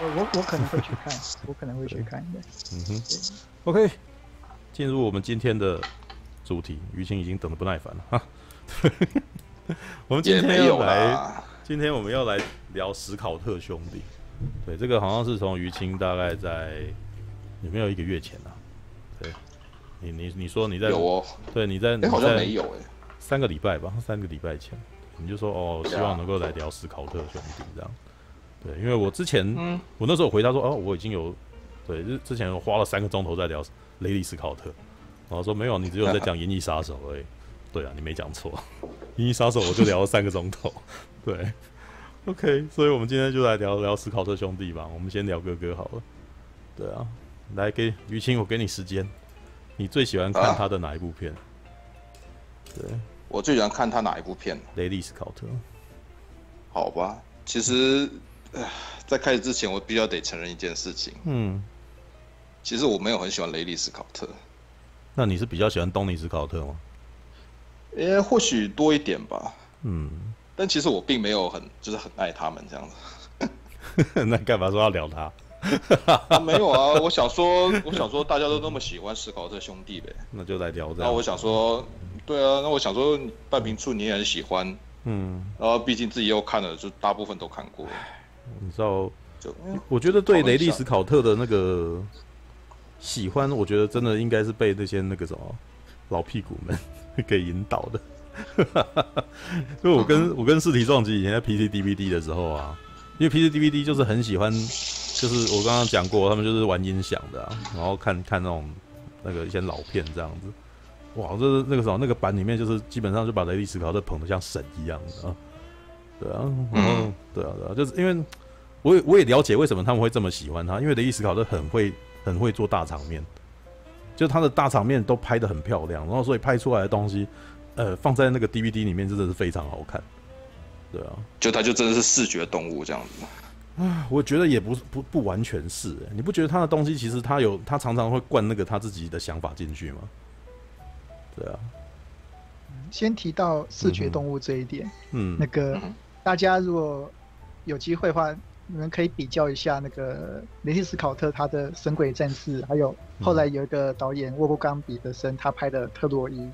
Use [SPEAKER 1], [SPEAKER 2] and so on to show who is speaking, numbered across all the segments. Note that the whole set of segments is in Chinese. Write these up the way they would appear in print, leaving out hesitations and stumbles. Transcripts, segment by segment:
[SPEAKER 1] 我可能会去看，我可能会去看的。
[SPEAKER 2] 嗯哼，OK，进入我们今天的主题，于晴已经等得不耐烦了哈。我们今天要来，今天我们要来聊史考特兄弟。对，这个好像是从于晴大概在有没有1个月前啊？对，你说你在
[SPEAKER 3] 有哦，
[SPEAKER 2] 对，你在
[SPEAKER 3] 好像没有
[SPEAKER 2] 3个礼拜吧，3个礼拜前，你就说哦，希望能够来聊史考特兄弟这样。对，因为我之前，我那时候回答说，哦，我已经有，对，之前我花了3个钟头在聊雷利·史考特，然后说没有，你只有在讲《银翼杀手》而已。对啊，你没讲错，《银翼杀手》我就聊了3个钟头。对 ，OK， 所以我们今天就来聊聊史考特兄弟吧。我们先聊哥哥好了。对啊，来给于晴，我给你时间，你最喜欢看他的哪一部片？对，
[SPEAKER 3] 我最喜欢看他哪一部片？
[SPEAKER 2] 雷利·史考特。
[SPEAKER 3] 好吧，其实。在开始之前，我必须要得承认一件事情。其实我没有很喜欢雷利·史考特。
[SPEAKER 2] 那你是比较喜欢东尼·史考特吗？
[SPEAKER 3] 或许多一点吧。但其实我并没有很爱他们这样子。
[SPEAKER 2] 那干嘛说要聊他？
[SPEAKER 3] 没有啊，我想说大家都那么喜欢史考特兄弟呗，
[SPEAKER 2] 那就来聊这样。
[SPEAKER 3] 那我想说，对啊，那我想说半瓶醋你也很喜欢，然后毕竟自己又看了，就大部分都看过。
[SPEAKER 2] 你知道，我觉得对雷利·史考特的那个喜欢，我觉得真的应该是被那些那个什么老屁股们给引导的。因为我跟四体撞击以前在 PC DVD 的时候啊，因为 PC DVD 就是很喜欢，就是我刚刚讲过，他们就是玩音响的啊，然后看那种那个一些老片这样子。哇，就是那个什么那个版里面，就是基本上就把雷利·史考特捧得像神一样的啊。对啊，然后对啊，就是因为我也了解为什么他们会这么喜欢他，因为雷利·史考特很会做大场面，就他的大场面都拍得很漂亮，然后所以拍出来的东西，放在那个 DVD 里面真的是非常好看。对啊，
[SPEAKER 3] 就他就真的是视觉动物这样子。
[SPEAKER 2] 我觉得也不完全是，你不觉得他的东西其实他常常会灌那个他自己的想法进去吗？对啊。
[SPEAKER 1] 先提到视觉动物这一点，那个大家如果有机会的话，你们可以比较一下那个雷利·史考特他的《神鬼战士》，还有后来有一个导演沃波冈·彼得森他拍的《特洛伊》。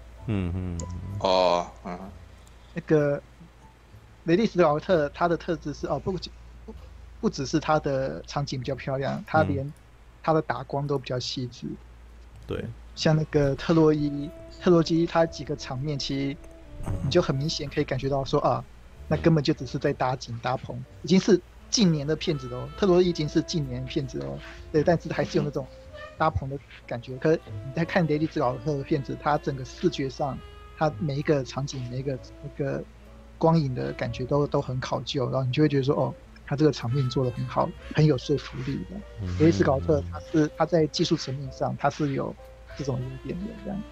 [SPEAKER 1] 那个雷利·史考特他的特质是不只是他的场景比较漂亮，他连他的打光都比较细致。
[SPEAKER 2] 对，
[SPEAKER 1] 像那个特洛伊，它几个场面，其实你就很明显可以感觉到说啊，那根本就只是在搭景搭棚，已经是近年的片子了。特洛伊已经是近年的片子了，对，但是还是有那种搭棚的感觉。可是你在看雷利·史考特的片子，它整个视觉上，它每一个场景、每一个那个光影的感觉都很考究，然后你就会觉得说，哦，他这个场面做得很好，很有说服力的。雷利·史考特他在技术层面上，他是有这种优点的，这样。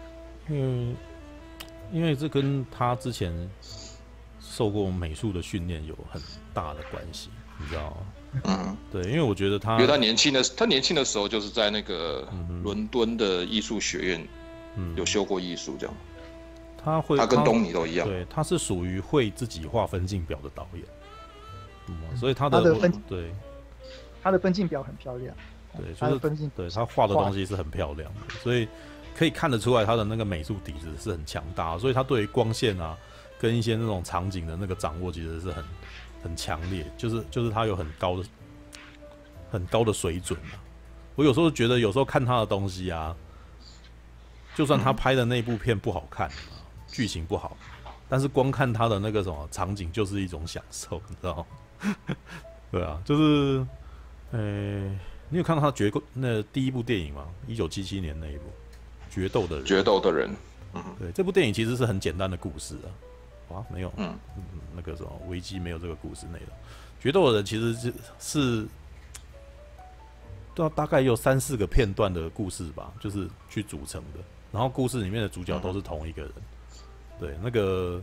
[SPEAKER 2] 因为这跟他之前受过美术的训练有很大的关系，你知道吗？对，因为我觉得因
[SPEAKER 3] 为他年轻的时候就是在那个伦敦的艺术学院，有修过艺术，这样。他跟东尼都一样，
[SPEAKER 2] 对，他是属于会自己画分镜表的导演，所以他的
[SPEAKER 1] 分镜表很漂亮，
[SPEAKER 2] 对，就是对他画的东西是很漂亮的，所以可以看得出来他的那个美术底子是很强大，所以他对于光线啊跟一些那种场景的那个掌握其实是很强烈，就是他有很高的水准啊。我有时候觉得有时候看他的东西啊，就算他拍的那部片不好看，剧情不好，但是光看他的那个什么场景就是一种享受，你知道吗？对啊，就是你有看到他那第一部电影吗？1977年那一部《决斗的人》。
[SPEAKER 3] 决斗的人，
[SPEAKER 2] 对，这部电影其实是很简单的故事啊，没有，那个什么维基没有这个故事内容。决斗的人其实是大概有3-4个片段的故事吧，就是去组成的。然后故事里面的主角都是同一个人。对，那个，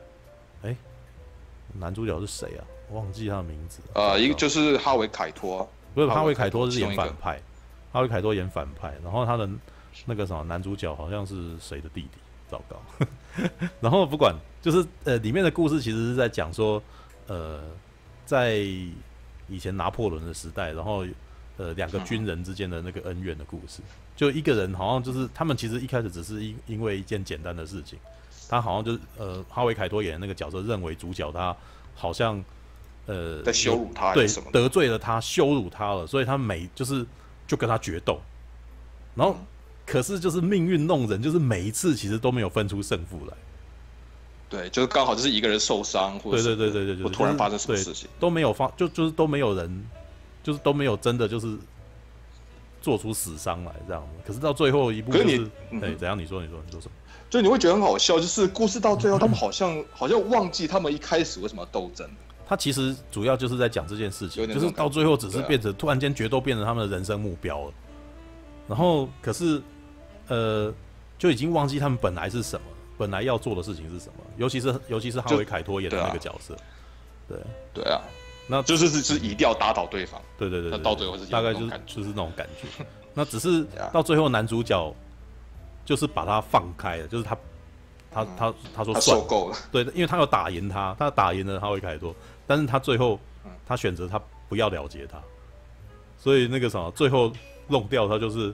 [SPEAKER 2] 男主角是谁啊？我忘记他的名字。
[SPEAKER 3] 一个就是哈维·凯托。
[SPEAKER 2] 不是，哈维·凯托是演反派，哈维·凯托演反派，然后他的那个什么男主角好像是谁的弟弟，糟糕。然后不管，就是里面的故事其实是在讲说，在以前拿破仑的时代，然后两个军人之间的那个恩怨的故事。就一个人好像就是他们其实一开始只是因为一件简单的事情，他好像就是哈维凯多演的那个角色认为主角他好像
[SPEAKER 3] 在羞辱他，
[SPEAKER 2] 对，得罪了他，羞辱他了，所以他就跟他决斗，然后可是就是命运弄人，就是每一次其实都没有分出胜负来。
[SPEAKER 3] 对，就是刚好就是一个人受伤，或者
[SPEAKER 2] 对，
[SPEAKER 3] 或突然发生什么事情，
[SPEAKER 2] 都没有就是都没有人，就是都没有真的就是做出死伤来这样子。可是到最后一步就是怎样？你说什么？
[SPEAKER 3] 就你会觉得很好笑，就是故事到最后，他们好像忘记他们一开始为什么要斗争。
[SPEAKER 2] 他其实主要就是在讲这件事情，就是到最后只是变成突然间决斗变成他们的人生目标了。然后可是就已经忘记他们本来是什么，本来要做的事情是什么。尤其是哈维凯托演的那个角色，
[SPEAKER 3] 对啊，那就是一定要打倒对方。
[SPEAKER 2] 对，
[SPEAKER 3] 那到最后是
[SPEAKER 2] 大概就是那种感觉。那只是到最后男主角就是把他放开了，就是他说
[SPEAKER 3] 受够了，
[SPEAKER 2] 对，因为他有打赢他打赢了哈维凯托，但是他最后他选择他不要了结他，所以那个什么最后弄掉他就是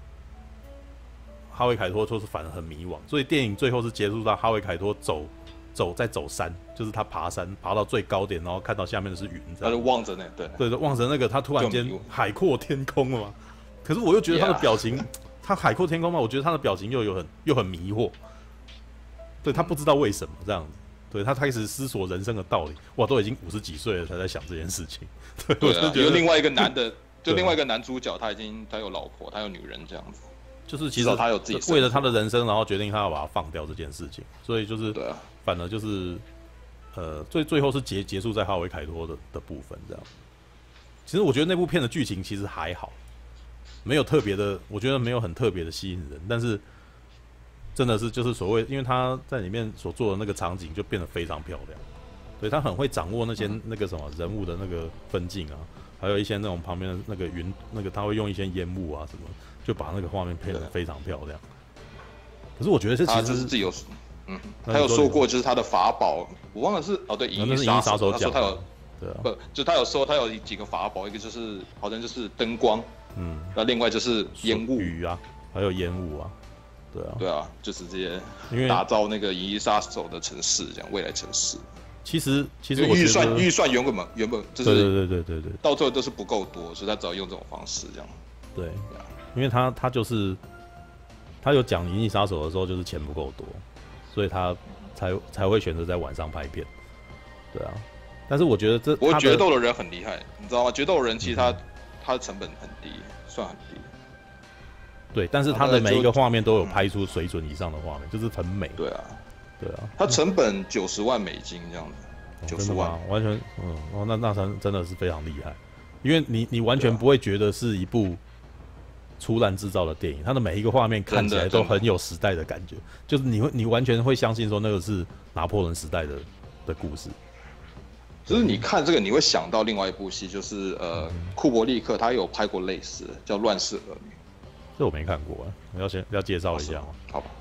[SPEAKER 2] 哈维凯托就是反而很迷惘，所以电影最后是结束到哈维凯托再走山，就是他爬山爬到最高点，然后看到下面的是云，
[SPEAKER 3] 他就望着那
[SPEAKER 2] 对望着那个他突然间海阔天空了嘛。可是我又觉得他的表情，他海阔天空嘛，我觉得他的表情又很迷惑。对，他不知道为什么这样子，对，他开始思索人生的道理。哇，都已经50几岁了才在想这件事情。
[SPEAKER 3] 对啊，有另外一个男的，就另外一个男主角，他有老婆，他有女人这样子。
[SPEAKER 2] 就是其实
[SPEAKER 3] 他有自己
[SPEAKER 2] 为了他的人生，然后决定他要把他放掉这件事情，所以就是反而就是最后是结束在哈维凯托的部分这样。其实我觉得那部片的剧情其实还好，没有特别的，我觉得没有很特别的吸引人，但是真的是就是所谓，因为他在里面所做的那个场景就变得非常漂亮，对，他很会掌握那些那个什么人物的那个分镜啊，还有一些那种旁边的那个云，那个他会用一些烟雾啊什么，就把那个画面配得非常漂亮。可是我觉得这其实
[SPEAKER 3] 他自己有，他有说过，就是他的法宝，我忘了是对，
[SPEAKER 2] 银翼杀手讲，
[SPEAKER 3] 他有，
[SPEAKER 2] 对啊，
[SPEAKER 3] 不，就他有说他有几个法宝，一个就是好像就是灯光，那另外就是烟雾、
[SPEAKER 2] 雨啊，还有烟雾啊。
[SPEAKER 3] 对啊，就是这些，打造那个银翼杀手的城市，这样未来城市。
[SPEAKER 2] 其实我
[SPEAKER 3] 预算原本就是
[SPEAKER 2] 对，
[SPEAKER 3] 到最后都是不够多，所以他只好用这种方式这样。
[SPEAKER 2] 对，因为他就是他有讲银翼杀手的时候，就是钱不够多，所以他才会选择在晚上拍片。对啊，但是我觉得
[SPEAKER 3] 不过决斗的人很厉害，你知道吗？决斗的人其实他的成本很低，算很低。
[SPEAKER 2] 对，但是他的每一个画面都有拍出水准以上的画面，就是很美。
[SPEAKER 3] 对啊，他成本$90万这样子，90万，
[SPEAKER 2] 完全，那真的是非常厉害，因为你完全不会觉得是一部初兰制造的电影，它的每一个画面看起来都很有时代的感觉，就是你完全会相信说那个是拿破仑时代的故事。
[SPEAKER 3] 就是你看这个，你会想到另外一部戏，就是库伯利克他有拍过类似的，叫《乱世儿女》。
[SPEAKER 2] 这我没看过，要介绍一下吗？
[SPEAKER 3] 好吧。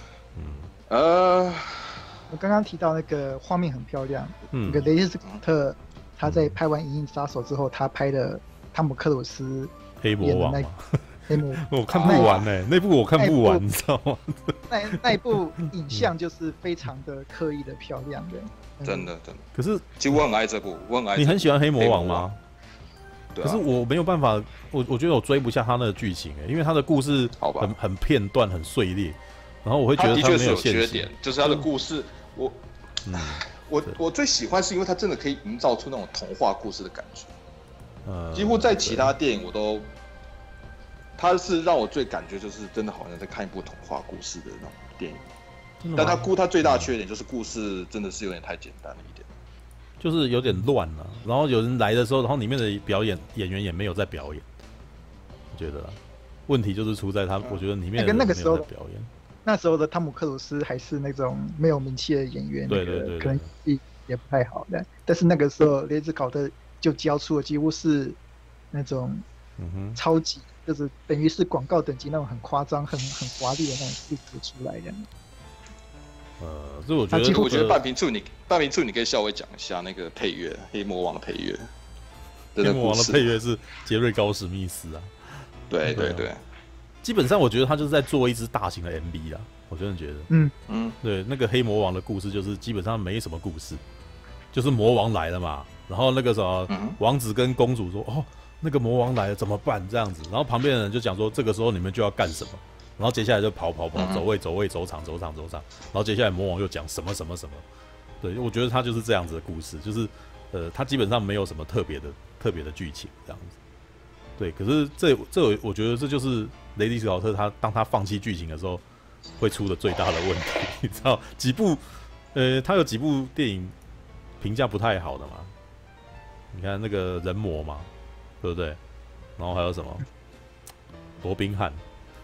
[SPEAKER 1] 我刚刚提到那个画面很漂亮，那个雷利斯考特他在拍完《银翼杀手》之后，他拍的汤姆克鲁斯
[SPEAKER 2] 黑魔王嘛，
[SPEAKER 1] 黑魔
[SPEAKER 2] 我看不完那部我看不完，你知道吗？
[SPEAKER 1] 那一部影像就是非常的刻意的漂亮的，
[SPEAKER 3] 真的。
[SPEAKER 2] 可是
[SPEAKER 3] 其实我很爱这部，
[SPEAKER 2] 你很喜欢黑魔王吗？
[SPEAKER 3] 可
[SPEAKER 2] 是我没有办法，我觉得我追不下他那个剧情，因为他的故事很片段、很碎裂，然后我会觉得
[SPEAKER 3] 他的确是有
[SPEAKER 2] 缺
[SPEAKER 3] 点，就是他的故事，我最喜欢是因为他真的可以营造出那种童话故事的感觉，几乎在其他电影我都，他是让我最感觉就是真的好像在看一部童话故事的那种电影，但他最大的缺点就是故事真的是有点太简单了一点。
[SPEAKER 2] 就是有点乱了，然后有人来的时候，然后里面的演员也没有在表演，我觉得问题就是出在他，我觉得里面的人没有在表演。
[SPEAKER 1] 那时候的汤姆克鲁斯还是那种没有名气的演员，
[SPEAKER 2] 对，
[SPEAKER 1] 可能也不太好的。但是那个时候雷兹考特就交出了几乎是那种超级，就是等于是广告等级那种很夸张、很华丽的那种故事出来的。
[SPEAKER 2] 所以我觉得
[SPEAKER 3] 半瓶醋你可以稍微讲一下那个配乐，黑魔王的配乐。 的
[SPEAKER 2] 魔王的配乐是杰瑞高史密斯啊。
[SPEAKER 3] 对，
[SPEAKER 2] 基本上我觉得他就是在做一支大型的 MV 啦。我真的觉得，对，那个黑魔王的故事就是基本上没什么故事，就是魔王来了嘛，然后那个什么王子跟公主说，哦，那个魔王来了怎么办这样子，然后旁边的人就讲说，这个时候你们就要干什么，然后接下来就跑，走位，走场，然后接下来魔王又讲什么，对，我觉得他就是这样子的故事，就是他基本上没有什么特别的剧情这样子，对，可是这我觉得这就是雷迪斯考特当他放弃剧情的时候会出的最大的问题，你知道几部他有几部电影评价不太好的嘛，你看那个人魔嘛，对不对？然后还有什么罗宾汉。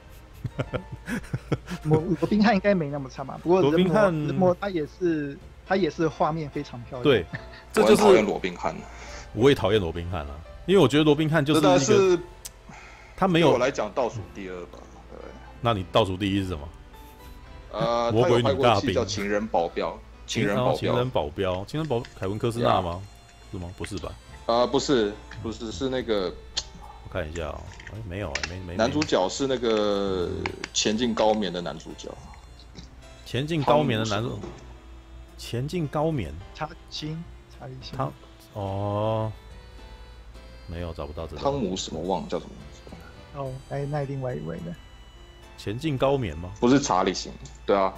[SPEAKER 1] 罗宾汉应该没那么差嘛，不过
[SPEAKER 2] 罗宾汉
[SPEAKER 1] 人魔他也是画面非常漂亮。
[SPEAKER 2] 对，这就是
[SPEAKER 3] 我很讨厌罗宾汉。
[SPEAKER 2] 我也讨厌罗宾汉啊，因为我觉得罗宾汉就是一个他没有
[SPEAKER 3] 对我来讲倒数第二吧。对，
[SPEAKER 2] 那你倒数第一是什么？魔鬼女大兵
[SPEAKER 3] 叫《情人保镖》。情人保镖，凯文科斯纳吗？是吗？不是吧？ 不是，是那个。
[SPEAKER 2] 我看一下哦，没有没。
[SPEAKER 3] 男主角是那个前进高棉的男主角。
[SPEAKER 2] 前进高棉的男主，前进高棉。
[SPEAKER 1] 查理辛。
[SPEAKER 2] 他哦，没有找不到这个。
[SPEAKER 3] 汤姆什么忘了叫什么名字？
[SPEAKER 1] 哦，那另外一位呢？
[SPEAKER 2] 前进高棉吗？
[SPEAKER 3] 不是查理辛，对啊。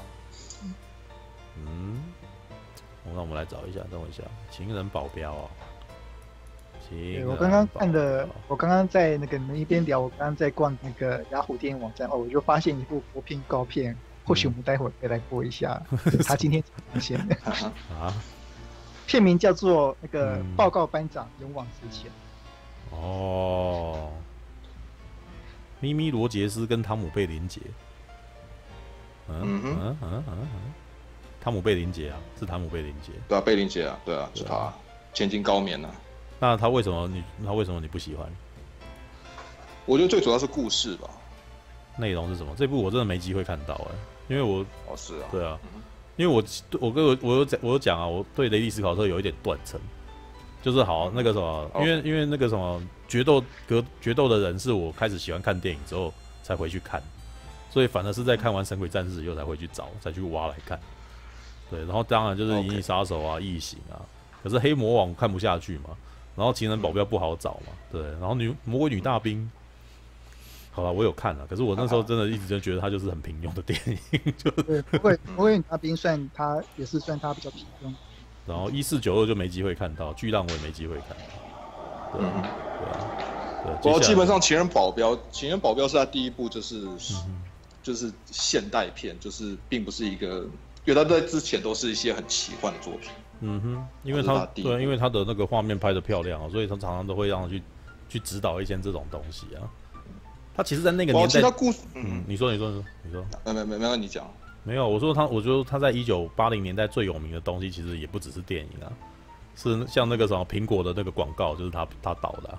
[SPEAKER 2] 那我们来找一下，等我一下，情人保镖啊。
[SPEAKER 1] 对，我刚刚看的，我刚刚在那个你们一边聊，我刚刚在逛那个雅虎电影网站哦，我就发现一部国片高片，或许我们待会儿可以来播一下。他今天才发现的
[SPEAKER 2] 啊，
[SPEAKER 1] 片名叫做那个《报告班长，勇往直前》。
[SPEAKER 2] 哦，咪咪罗杰斯跟汤姆贝林杰。汤姆贝林杰啊，是汤姆贝林杰。
[SPEAKER 3] 对啊，贝林杰啊，对啊，是他。前进高棉啊。
[SPEAKER 2] 那他为什么你不喜欢？
[SPEAKER 3] 我觉得最主要是故事吧。
[SPEAKER 2] 内容是什么？这部我真的没机会看到因为我
[SPEAKER 3] 是啊，
[SPEAKER 2] 对啊，因为我有讲啊，我对雷迪斯考特有一点断层，就是好那个什么，因为那个什么决斗的人是我开始喜欢看电影之后才回去看，所以反而是在看完《神鬼战士》以后才会去找，才去挖来看。对，然后当然就是《银翼杀手》啊，《异形》啊，可是《黑魔王》看不下去嘛，然后《情人保镖》不好找嘛，对，然后魔鬼女大兵，好了，我有看了，可是我那时候真的一直就觉得它就是很平庸的电影，就
[SPEAKER 1] 对，魔鬼女大兵也是算它比较平庸。
[SPEAKER 2] 然后1492就没机会看到，巨浪我也没机会看到，对啊。
[SPEAKER 3] 我基本上《情人保镖》是他第一部就是现代片，就是并不是一个。因为他在之前都是一些很奇幻的作品，
[SPEAKER 2] 因为他的那个画面拍得漂亮所以他常常都会让他去指导一些这种东西啊。他其实，在那个年代，你说，没你讲，没有，我说他在1980年代最有名的东西，其实也不只是电影啊，是像那个什么苹果的那个广告，就是他导的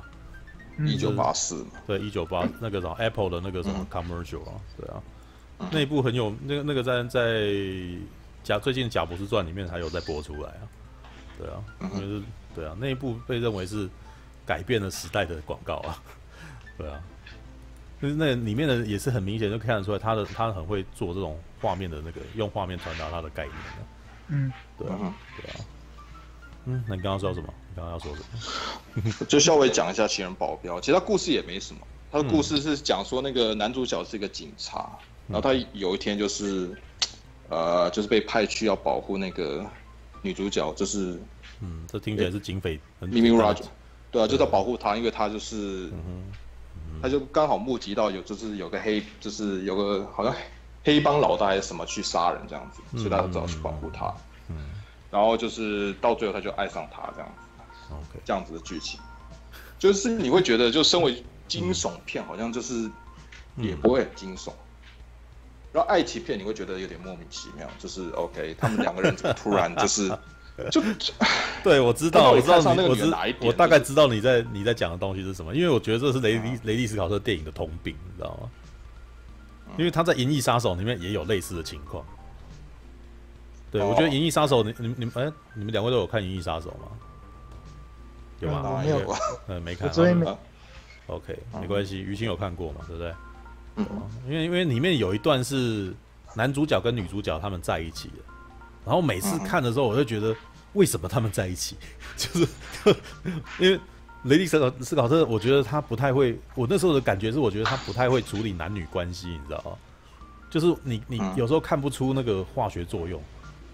[SPEAKER 3] 1984嘛，
[SPEAKER 2] 对，1980那个什么 Apple 的那个什么 commercial 啊，对啊。那一部很有那个在最近《贾博士传》里面还有在播出来啊，对啊，因为对啊，那一部被认为是改变了时代的广告啊，对啊，就是那里面的也是很明显就看得出来，他很会做这种画面的那个用画面传达他的概念对啊，那你刚刚说什么？你刚刚要说什么？
[SPEAKER 3] 就稍微讲一下《情人保镖》，其实他故事也没什么，他的故事是讲说那个男主角是一个警察。然后他有一天就是被派去要保护那个女主角，就是
[SPEAKER 2] 这听起来是警匪
[SPEAKER 3] 明明 Roger， 对啊，就是要保护她，因为她就是他就刚好目击到有个好像黑帮老大还是什么去杀人这样子，所以他就只好去保护她。然后就是到最后他就爱上她这样子，这样子的剧情，就是你会觉得就身为惊悚片好像就是也不会很惊悚。然后爱情片你会觉得有点莫名其妙，就是 OK， 他们两个人怎么突然就
[SPEAKER 2] 对，我知道
[SPEAKER 3] 我
[SPEAKER 2] 大概知道你在讲的东西是什么，因为我觉得这是雷迪斯考特电影的通病，你知道吗？因为他在《银翼杀手》里面也有类似的情况。对，我觉得《银翼杀手》你们两位都有看《银翼杀手》吗？ 有吗？
[SPEAKER 1] 我没有，
[SPEAKER 2] 没看。
[SPEAKER 1] 我昨天没。
[SPEAKER 2] OK， 没关系，于青有看过嘛，对不对？因为里面有一段是男主角跟女主角他们在一起的，然后每次看的时候，我就觉得为什么他们在一起，就是因为雷利斯考特，我觉得他不太会，我那时候的感觉是，我觉得他不太会处理男女关系，你知道吗？就是你有时候看不出那个化学作用。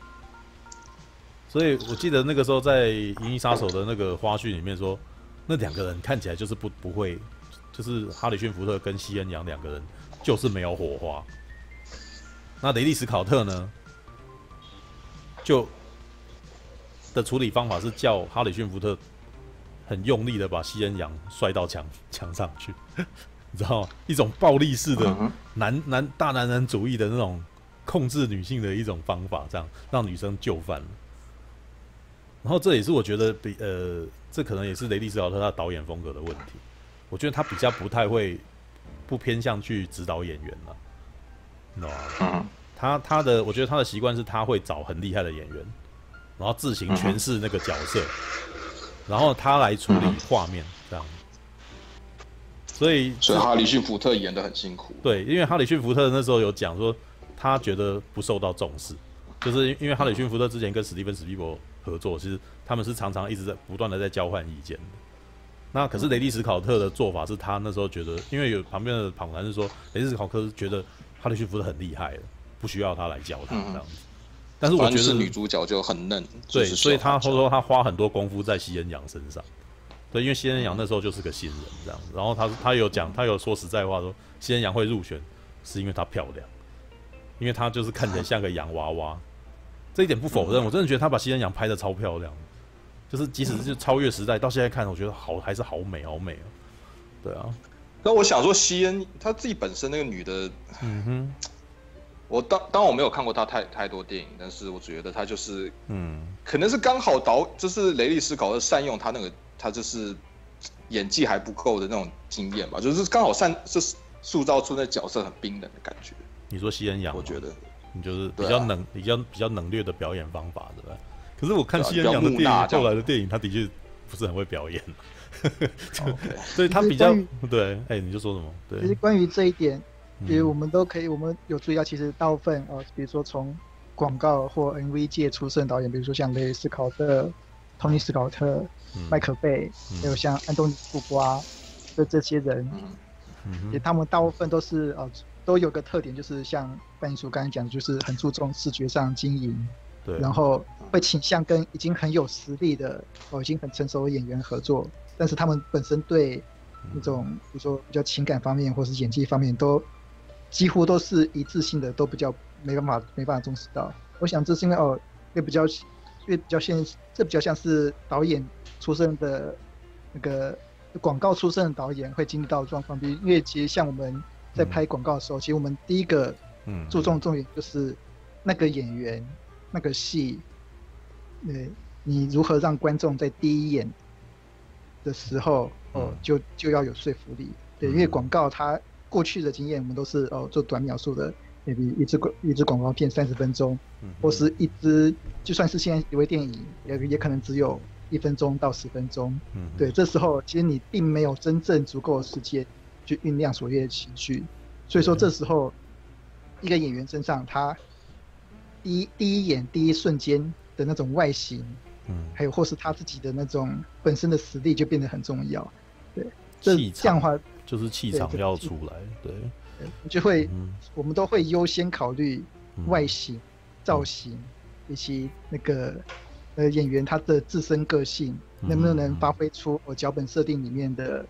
[SPEAKER 2] 所以我记得那个时候在《银翼杀手》的那个花絮里面说，那两个人看起来就是不会，就是哈里逊福特跟西恩杨两个人就是没有火花。那雷利史考特呢，就的处理方法是叫哈里逊福特很用力的把西恩杨摔到墙上去，你知道吗？一种暴力式的大男人主义的那种控制女性的一种方法，这样让女生就范了。然后这也是我觉得这可能也是雷利斯考特他导演风格的问题。我觉得他比较不太会，不偏向去指导演员了，你知道吗？我觉得他的习惯是他会找很厉害的演员，然后自行诠释那个角色，然后他来处理画面这样。所以
[SPEAKER 3] 哈里逊福特演得很辛苦。
[SPEAKER 2] 对，因为哈里逊福特那时候有讲说，他觉得不受到重视，就是因为哈里逊福特之前跟史蒂芬史匹柏合作，其实他们是常常一直不断的在交换意见的。那可是雷利史考特的做法是他那时候觉得，因为有旁边的访谈是说，雷利史考特是觉得哈里逊福特很厉害了，不需要他来教他这样子。但是我觉得
[SPEAKER 3] 女主角就很嫩，
[SPEAKER 2] 对，所以他说他花很多功夫在西恩杨身上。对，因为西恩杨那时候就是个新人这样子，然后他有讲，他有说实在话说，西恩杨会入选是因为她漂亮，因为她就是看起来像个洋娃娃。这一点不否认，我真的觉得他把西恩杨拍得超漂亮，就是即使是超越时代，到现在看，我觉得还是好美好美哦。对啊，
[SPEAKER 3] 那我想说，西恩她自己本身那个女的，我当我没有看过她太多电影，但是我觉得她就是，可能是刚好就是雷利斯考特善用她就是演技还不够的那种经验吧，就是刚好就是塑造出那角色很冰冷的感觉。
[SPEAKER 2] 你说西恩杨，
[SPEAKER 3] 我觉得。
[SPEAKER 2] 你就是比较冷略的表演方法，对吧？可是我看西恩杨的电影，后来的电影，他的确不是很会表演，所以他比较对。你就说什么？对，
[SPEAKER 1] 其实关于这一点，比如我们有注意到，其实大部分比如说从广告或 MV 界出身的导演，比如说像雷利斯考特、托尼斯考特、麦可贝，还有像安东尼布瓜的这些人，他们大部分都有个特点，就是像范一叔刚才讲的，就是很注重视觉上经营，
[SPEAKER 2] 对，
[SPEAKER 1] 然后会倾向跟已经很有实力的已经很成熟的演员合作，但是他们本身对那种比如说比较情感方面或是演技方面都几乎都是一致性的，都比较没办法重视到。我想这是因为这比较像是导演出身的那个广告出身的导演会经历到的状况，因为其实像我们在拍广告的时候，其实我们第一个注重重点就是那个演员、那个戏，你如何让观众在第一眼的时候就要有说服力。对，因为广告它过去的经验，我们都是做短秒数的，一支广告片30分钟，或是一支就算是现在一微电影也可能只有1分钟到10分钟。对，这时候其实你并没有真正足够的时间去酝酿所谓的情绪，所以说这时候一个演员身上，他第一眼第一瞬间的那种外形，还有或是他自己的那种本身的实力就变得很重要。对，这样的话
[SPEAKER 2] 就是气场要出来。对，
[SPEAKER 1] 就会我们都会优先考虑外形、造型以及那个演员他的自身个性能不能发挥出脚本设定里面的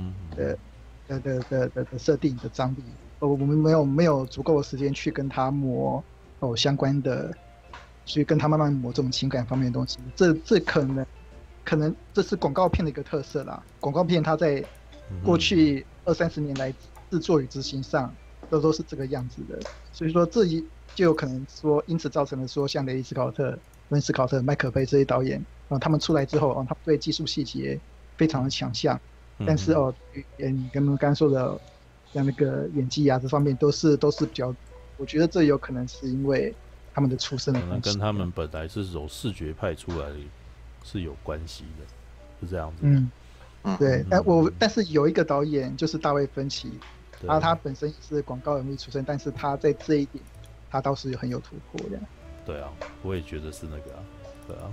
[SPEAKER 1] 设定的张力。我们没有足够的时间去跟他磨相关的，去跟他慢慢磨这种情感方面的东西。这可能这是广告片的一个特色啦。广告片它在过去20-30年来制作与执行上都是这个样子的，所以说这就有可能说因此造成了说像雷利斯考特、温斯考特、麦可贝这些导演他们出来之后他们对技术细节非常的强项，但是你跟刚刚说的像那个演技这方面都是比较，我觉得这有可能是因为他们的出身的关系，
[SPEAKER 2] 可能跟他们本来是走视觉派出来的是有关系的。 是这样子。
[SPEAKER 1] 对，但是有一个导演就是大卫芬奇，他本身也是广告人物出身，但是他在这一点他倒是很有突破的。
[SPEAKER 2] 对啊，我也觉得是那个啊，对啊，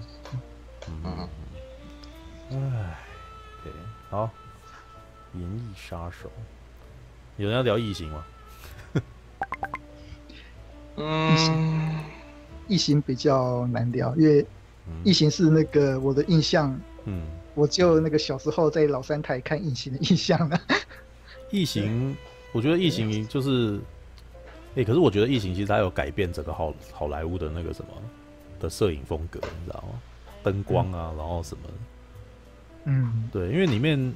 [SPEAKER 2] 对，好，《银翼杀手》，有人要聊异形吗？
[SPEAKER 1] 异形比较难聊，因为异形是那个我的印象，我就那个小时候在老三台看异形的印象了。
[SPEAKER 2] 异形，我觉得异形就是，可是我觉得异形其实它有改变整个好莱坞的那个什么的摄影风格，你知道吗？灯光啊，然后什么，对，因为里面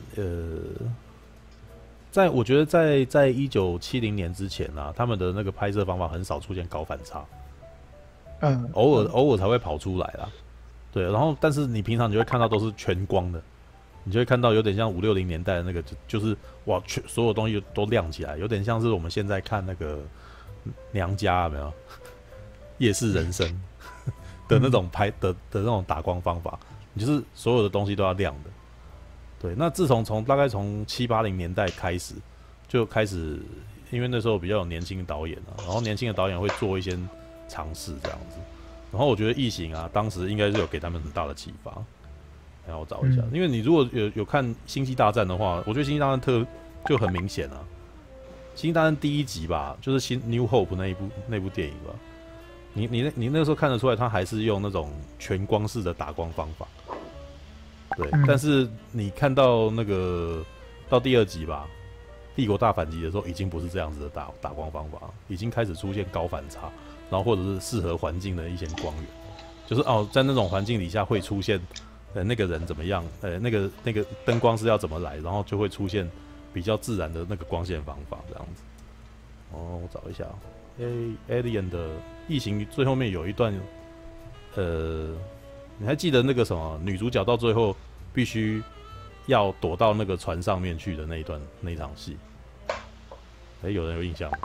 [SPEAKER 2] 我觉得在1970年之前啊，他们的那个拍摄方法很少出现高反差，偶尔才会跑出来啦。对，然后但是你平常你会看到都是全光的，你就会看到有点像50、60年代的那个，就是哇，所有东西都亮起来，有点像是我们现在看那个娘家有没有夜市人生的那种拍的那种打光方法，你就是所有的东西都要亮的。对，那自从大概从70、80年代开始，就开始，因为那时候比较有年轻的导演啊，然后年轻的导演会做一些尝试这样子，然后我觉得异形啊，当时应该是有给他们很大的启发。然后我找一下，因为你如果有看《星际大战》的话，我觉得《星际大战》就很明显啊，《星际大战》第1集吧，就是《New Hope》那部电影吧，你那个时候看得出来，他还是用那种全光式的打光方法。对，但是你看到那个到第2集吧，帝国大反击的时候，已经不是这样子的打光方法，已经开始出现高反差，然后或者是适合环境的一些光源，就是在那种环境底下会出现，那个人怎么样，那个灯光是要怎么来，然后就会出现比较自然的那个光线方法这样子。我找一下，Alien 的异形最后面有一段，你还记得那个什么女主角到最后必须要躲到那个船上面去的那一场戏？有人有印象吗？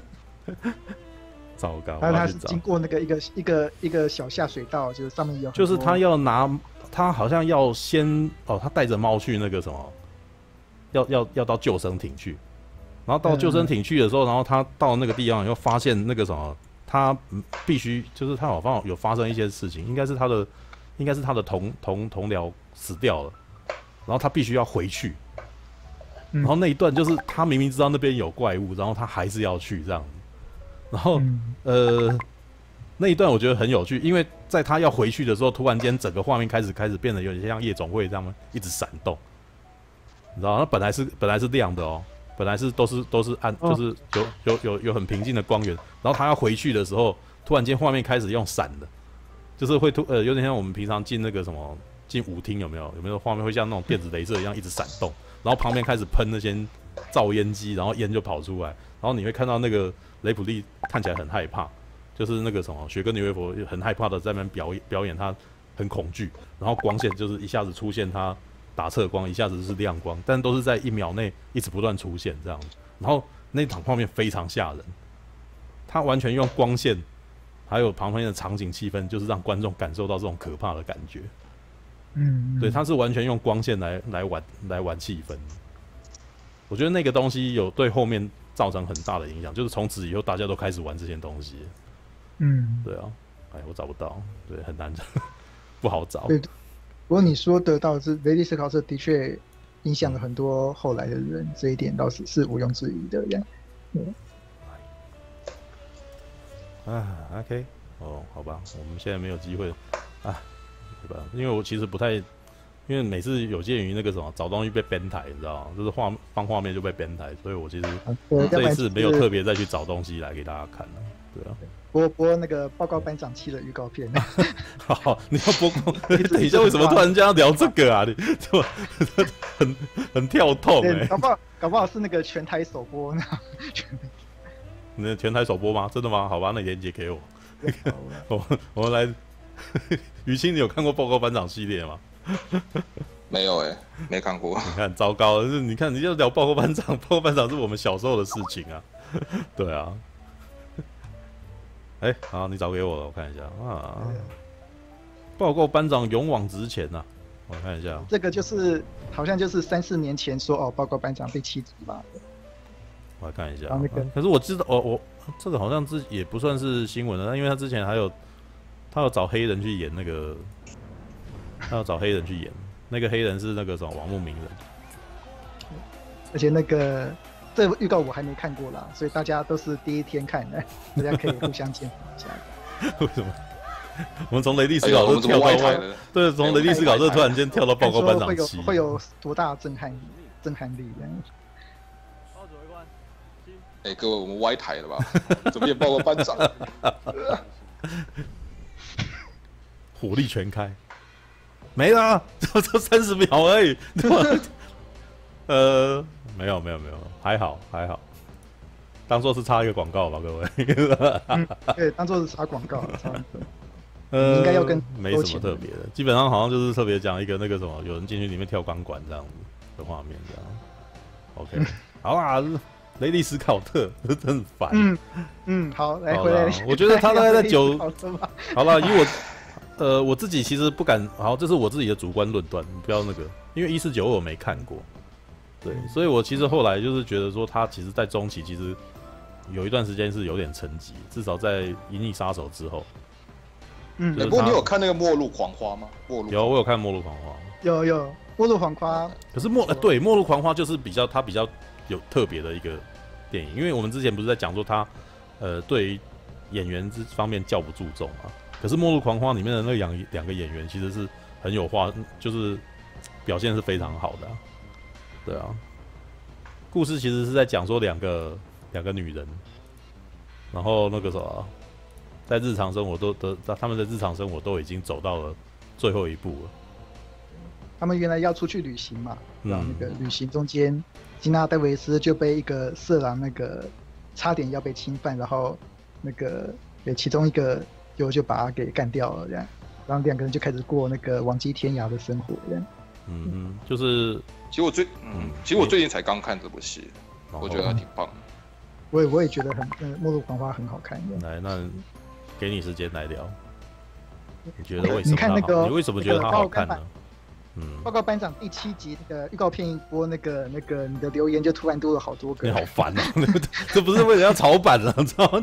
[SPEAKER 2] 糟糕！
[SPEAKER 1] 他是经过那个一个小下水道，就是上面有，
[SPEAKER 2] 就是他好像要先他带着猫去那个什么，要到救生艇去，然后到救生艇去的时候，然后他到那个地方又发现那个什么，他必须就是他好像有发生一些事情，应该是他的同僚死掉了，然后他必须要回去，然后那一段就是他明明知道那边有怪物，然后他还是要去这样，然后那一段我觉得很有趣，因为在他要回去的时候，突然间整个画面开始变得有点像夜总会这样一直闪动，你知道，那本来是亮的哦，本来是都是暗，就是有很平静的光源，然后他要回去的时候，突然间画面开始用闪的。就是会有点像我们平常进那个什么进舞厅有没有画面会像那种电子雷射一样一直闪动，然后旁边开始喷那些噪烟机，然后烟就跑出来，然后你会看到那个雷普利看起来很害怕，就是那个什么雪根女巫佛很害怕的在那边表演他很恐惧，然后光线就是一下子出现他打侧光，一下子是亮光，但都是在1秒内一直不断出现这样，然后那场画面非常吓人，他完全用光线。还有旁边的场景气氛，就是让观众感受到这种可怕的感觉。对，他是完全用光线来玩气氛。我觉得那个东西有对后面造成很大的影响，就是从此以后大家都开始玩这些东西。对啊，我找不到，对，很难找，不好找。
[SPEAKER 1] 对，不过你说得到是雷利斯考特的确影响了很多后来的人，这一点倒是毋庸置疑的。
[SPEAKER 2] OK， 好吧，我们现在没有机会对吧？因为我其实不太，因为每次有鉴于那个什么找东西被编台，你知道吗？就是放画面就被编台，所以我其实这一次没有特别再去找东西来给大家看了。对啊，
[SPEAKER 1] 播那个报告班长7的预告片。
[SPEAKER 2] 好，你要播光？等一下，为什么突然间要聊这个啊？你这么很跳痛
[SPEAKER 1] 搞不好是那个全台首播呢。
[SPEAKER 2] 你的全台首播吗？真的吗？好吧，那链接给我。我们来。于青，你有看过报告班长系列吗？
[SPEAKER 3] 没有没看过。
[SPEAKER 2] 你看，糟糕了，你看你就聊报告班长，报告班长是我们小时候的事情啊。对啊。好，你找给我了，我看一下啊。报告班长勇往直前啊。 我看一下，
[SPEAKER 1] 这个就是好像就是3-4年前说报告班长第7集吧。
[SPEAKER 2] 我来看一下。
[SPEAKER 1] 那个，
[SPEAKER 2] 可是我知道我这个好像也不算是新闻了，因为他之前他有找黑人去演那个，他要找黑人去演那个黑人是那个什么网络名人，
[SPEAKER 1] 而且那个这个预告我还没看过啦，所以大家都是第一天看的，大家可以互相见证一下。
[SPEAKER 2] 为什么？我们从雷利斯考特跳到对，从雷利斯考特突然间跳到报告班长7，
[SPEAKER 1] 会有多大震撼力这样？
[SPEAKER 3] 各位，我们歪台了吧？怎么也报告班长？
[SPEAKER 2] 火力全开，没了，这30秒而已。没有，还好，当做是插一个广告吧，各位。
[SPEAKER 1] 对，当做是插广告。应该要跟
[SPEAKER 2] 没什么特别的，基本上好像就是特别讲一个那个什么，有人进去里面跳钢管这样子的画面，这样。OK， 好啦，雷利斯考特真烦。
[SPEAKER 1] 好，来回来。
[SPEAKER 2] 我觉得他大概在好了，以我自己其实不敢，好，这是我自己的主观论断，不要那个，因为1492我没看过，对，所以我其实后来就是觉得说，他其实在中期其实有一段时间是有点沉寂，至少在《银翼杀手》之后。
[SPEAKER 3] 不过你有看那个《末路狂花》吗？
[SPEAKER 2] 有，我有看《末路狂花》。
[SPEAKER 1] 有《末路狂花》。
[SPEAKER 2] 可是《末路狂花》就是比较有特别的一个电影，因为我们之前不是在讲说他对于演员这方面较不注重嘛。可是《末路狂花》里面的那两个演员其实是很有话，就是表现是非常好的、啊。对啊，故事其实是在讲说两个女人，然后那个什么。在日常生活他们的日常生活都已经走到了最后一步了。
[SPEAKER 1] 他们原来要出去旅行嘛，然后那个旅行中间，吉娜戴维斯就被一个色狼那个差点要被侵犯，然后那个其中一个就把他给干掉了这样，然后两个人就开始过那个亡鸡天涯的生活这样。
[SPEAKER 2] 就是，
[SPEAKER 3] 其实我最近才刚看这部戏，我觉得还挺棒的。
[SPEAKER 1] 我也觉得末路狂花很好看。
[SPEAKER 2] 来，那给你时间来聊，你觉得为什么？
[SPEAKER 1] 你看那个，
[SPEAKER 2] 你为什么觉得它好看呢？
[SPEAKER 1] 报告班长第7集那个预告片一播，那个你的留言就突然多了好多个。
[SPEAKER 2] 你好烦啊！这不是为了要炒版了，知道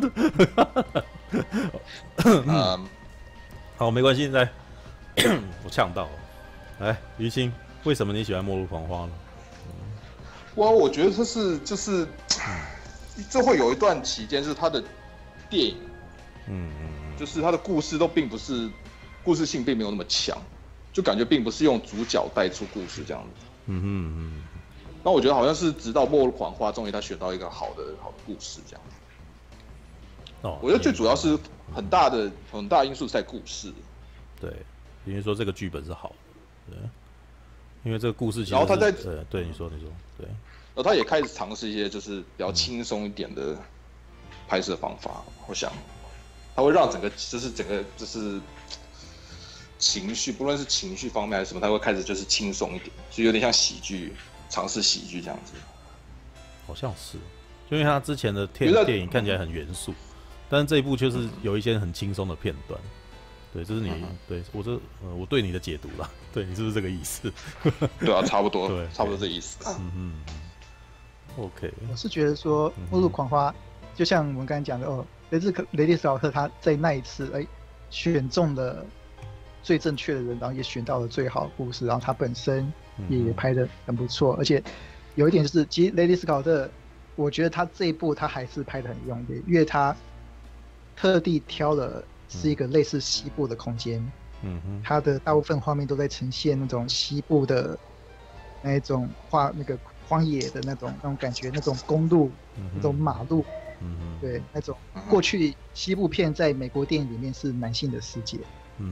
[SPEAKER 2] 吗？好，没关系，来，我呛到了。来，于青，为什么你喜欢末路狂花呢？
[SPEAKER 3] 我觉得就是这会有一段期间是他的电影。就是他的故事都并不是故事性并没有那么强，就感觉并不是用主角带出故事这样子。那我觉得好像是直到《末路狂花》终于他选到一个好的故事这样子。我觉得最主要是很大因素是在故事。
[SPEAKER 2] 对，因为说这个剧本是好的，对，因为这个故事其实
[SPEAKER 3] 然后他在
[SPEAKER 2] 对你说对，
[SPEAKER 3] 然后他也开始尝试一些就是比较轻松一点的拍摄方法，我想。它会让整个就是情绪，不论是情绪方面还是什么，它会开始就是轻松一点，就有点像喜剧，尝试喜剧这样子。
[SPEAKER 2] 好像是，就因为他之前的电影看起来很严肃，但是这一部就是有一些很轻松的片段。对，这是你对我对你的解读啦。对你是不是这个意思？
[SPEAKER 3] 对啊，差不多，
[SPEAKER 2] 对，
[SPEAKER 3] 差不多这意思。
[SPEAKER 2] OK，
[SPEAKER 1] 我是觉得说《末路狂花》就像我们刚才讲的雷利斯考特他在那一次选中了最正确的人，然后也选到了最好的故事，然后他本身也拍得很不错，而且有一点就是，其实雷利斯考特，我觉得他这一部他还是拍得很用力，因为他特地挑了是一个类似西部的空间，他的大部分画面都在呈现那种西部的那一种那个荒野的那种感觉，那种公路，那种马路。对，那种过去西部片在美国电影里面是男性的世界，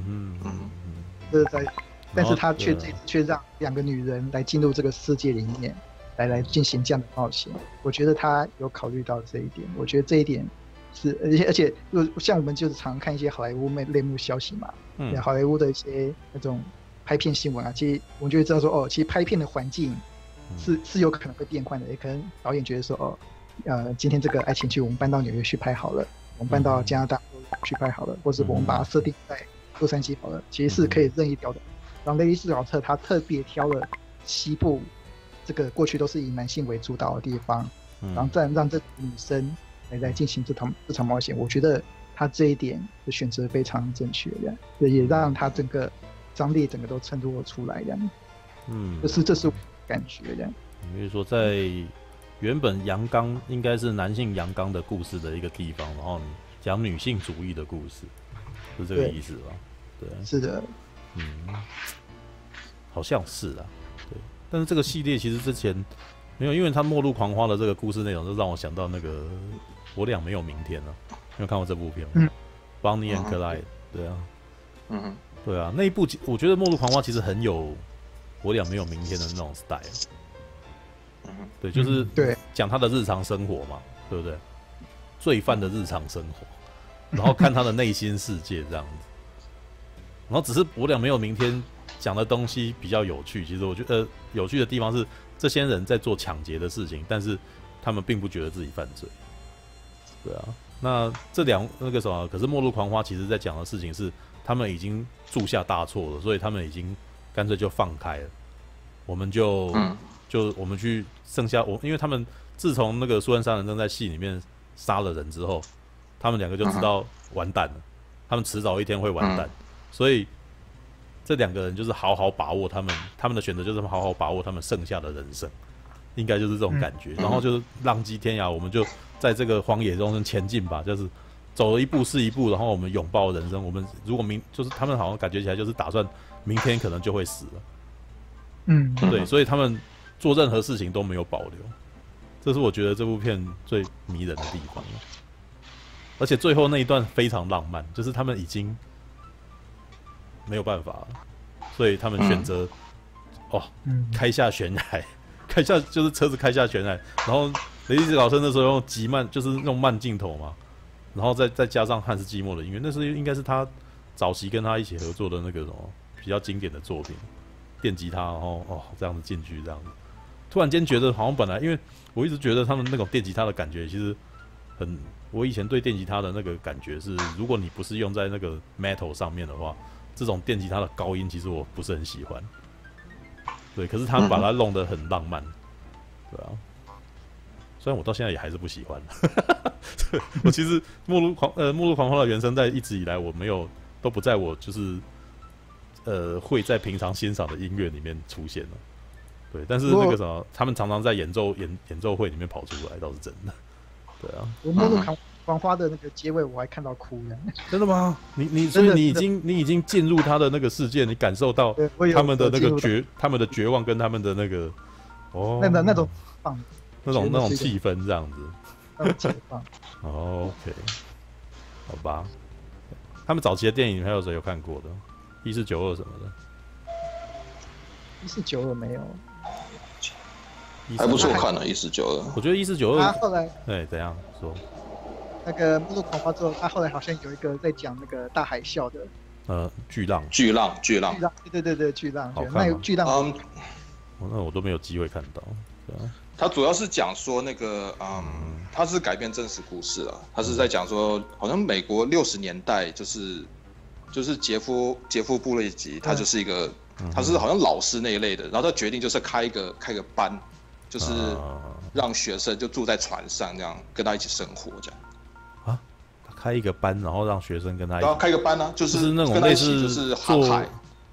[SPEAKER 1] 但是他却让2个女人来进入这个世界里面，来进行这样的冒险。我觉得他有考虑到这一点，我觉得这一点是，而且像我们就是常看一些好莱坞内幕消息嘛，好莱坞的一些那种拍片新闻啊，其实我们就会知道说，其实拍片的环境是有可能会变换的，也可能导演觉得说，今天这个爱情剧我们搬到纽约去拍好了，我们搬到加拿大去拍好了，或者我们把它设定在洛杉矶好了，其实是可以任意调的。 然后雷利斯考特他特别挑了西部这个过去都是以男性为主导的地方，然后再让这女生来进行这场冒险。我觉得他这一点的选择非常正确的，也让他整个张力整个都衬托出来的。这是我感觉的。
[SPEAKER 2] 比如说在原本阳刚应该是男性阳刚的故事的一个地方，然后你讲女性主义的故事，是这个意思吧？对，
[SPEAKER 1] 是的，
[SPEAKER 2] 好像是啊，对。但是这个系列其实之前没有，因为它《末路狂花》的这个故事内容，就让我想到那个《我俩没有明天》了。你有看过这部片吗？Bonnie and Clyde，对啊，对啊，那一部我觉得《末路狂花》其实很有《我俩没有明天》的那种 style。对，就是讲他的日常生活嘛，对不对？罪犯的日常生活，然后看他的内心世界这样子。然后只是我俩没有明天讲的东西比较有趣。其实我觉得有趣的地方是，这些人在做抢劫的事情，但是他们并不觉得自己犯罪。对啊，那那个什么，可是《末路狂花》其实在讲的事情是，他们已经铸下大错了，所以他们已经干脆就放开了。我们就我们去剩下因为他们自从那个苏恩杀人症在戏里面杀了人之后，他们两个就知道完蛋了，他们迟早一天会完蛋，所以这两个人就是好好把握他们的选择，就是好好把握他们剩下的人生，应该就是这种感觉。然后就是浪迹天涯，我们就在这个荒野中前进吧，就是走了一步是一步，然后我们拥抱人生。我们如果就是他们好像感觉起来就是打算明天可能就会死了，对，所以他们做任何事情都没有保留，这是我觉得这部片最迷人的地方。而且最后那一段非常浪漫，就是他们已经没有办法了，所以他们选择开下悬崖，就是车子开下悬崖，然后雷利斯考特那时候用极慢，就是用慢镜头嘛，然后再加上汉斯季默的音乐，那是应该是他早期跟他一起合作的那个什么比较经典的作品，电吉他，然后这样子进去这样子。突然间觉得好像本来，因为我一直觉得他们那种电吉他的感觉其实我以前对电吉他的那个感觉是，如果你不是用在那个 metal 上面的话，这种电吉他的高音其实我不是很喜欢。对，可是他们把它弄得很浪漫，对啊。虽然我到现在也还是不喜欢，我其实末路狂花的原声带一直以来都不在我就是会在平常欣赏的音乐里面出现了。对，但是那个什么，他们常常在演奏会里面跑出来，倒是真的。对啊，
[SPEAKER 1] 我末路狂花的那个结尾我还看到哭了。
[SPEAKER 2] 真的吗？所以你已经进入他的那个世界，你感受到他们的那个他们的绝望跟他们的那个
[SPEAKER 1] 那种放
[SPEAKER 2] 那种气氛这样子。
[SPEAKER 1] 那种解放。
[SPEAKER 2] OK， 好吧。他们早期的电影还有谁有看过的？1492什么的
[SPEAKER 1] ？1492没有。
[SPEAKER 3] 还不错看了1492。
[SPEAKER 2] 我觉得1492
[SPEAKER 1] 他后来
[SPEAKER 2] 怎样说？
[SPEAKER 1] 那个末路狂花之后，他后来好像有一个在讲那个大海啸的
[SPEAKER 2] 巨浪，
[SPEAKER 1] 对，巨浪，
[SPEAKER 2] 那
[SPEAKER 1] 巨浪，
[SPEAKER 2] 那我都没有机会看到。对啊，
[SPEAKER 3] 他主要是讲说那个他是改编真实故事了，他是在讲说好像美国60年代就是杰夫布雷吉，他就是一个他是好像老师那一类的，然后他决定就是开一个班，就是让学生就住在船上这样跟他一起生活这样。
[SPEAKER 2] 开一个班，然后让学生跟他一起
[SPEAKER 3] 开一个班啊，就是
[SPEAKER 2] 那种类似
[SPEAKER 3] 就是航海。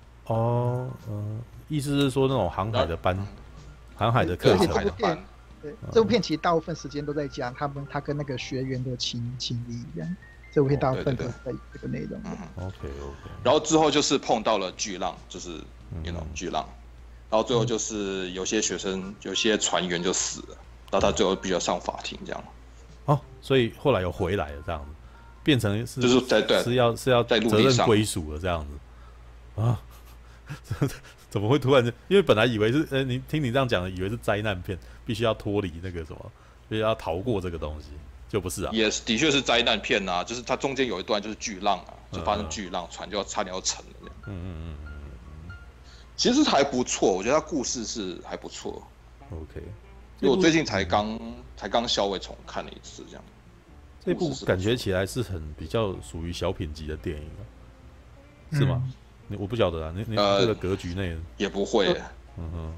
[SPEAKER 2] 意思是说那种航海的班，航海的课程。
[SPEAKER 1] 对，这部片其实大部分时间都在讲他跟那个学员的情谊这样。这部片大部分都在这个内容。
[SPEAKER 2] OK。
[SPEAKER 3] 然后之后就是碰到了巨浪，就是巨浪，然后最后就是有些学生、有些船员就死了，然后他最后必须要上法庭这样。
[SPEAKER 2] 所以后来有回来了这样子。变成是
[SPEAKER 3] 就是
[SPEAKER 2] 是要责任归属了这样子啊？怎么会突然间？因为本来以为是你听你这样讲的，以为是灾难片，必须要脱离那个什么，必须要逃过这个东西，就不是啊。
[SPEAKER 3] 也的确是灾难片啊，就是它中间有一段就是巨浪啊，就发生巨浪，船就要差点要沉了这样。其实还不错，我觉得它故事是还不错。
[SPEAKER 2] OK，
[SPEAKER 3] 因为我最近才刚稍微重看了一次这样。
[SPEAKER 2] 这部感觉起来是比较属于小品级的电影是吗？ 我不晓得啊，你这个格局内
[SPEAKER 3] 也不会。
[SPEAKER 2] 嗯哼，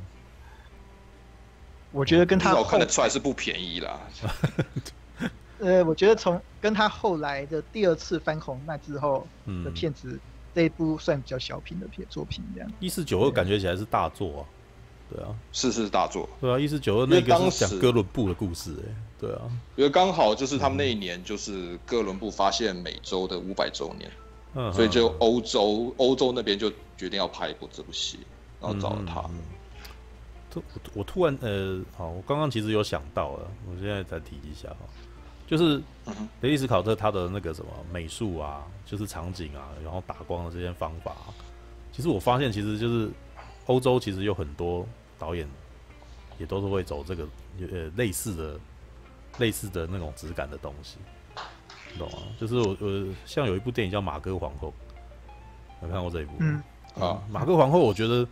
[SPEAKER 1] 我觉得跟他
[SPEAKER 3] 至少看得出来是不便宜啦。
[SPEAKER 1] 我觉得跟他后来的第二次翻红那之后的片子，这一部算比较小品的作品这样。
[SPEAKER 2] 1492感觉起来是大作啊，对啊，
[SPEAKER 3] 是大作，
[SPEAKER 2] 对啊，1492那个是讲哥伦布的故事对啊，
[SPEAKER 3] 因为刚好就是他们那一年就是哥伦布发现美洲的500周年，所以就欧洲那边就决定要拍一部这部戏，然后找了他。
[SPEAKER 2] 我突然好，我刚刚其实有想到了，我现在再提一下哈，就是雷利斯考特他的那个什么美术啊，就是场景啊，然后打光的这些方法其实我发现其实就是欧洲其实有很多导演也都是会走这个类似的那种质感的东西，你懂吗？就是我像有一部电影叫《马哥皇后》，有看过这一部？马哥皇后，我觉得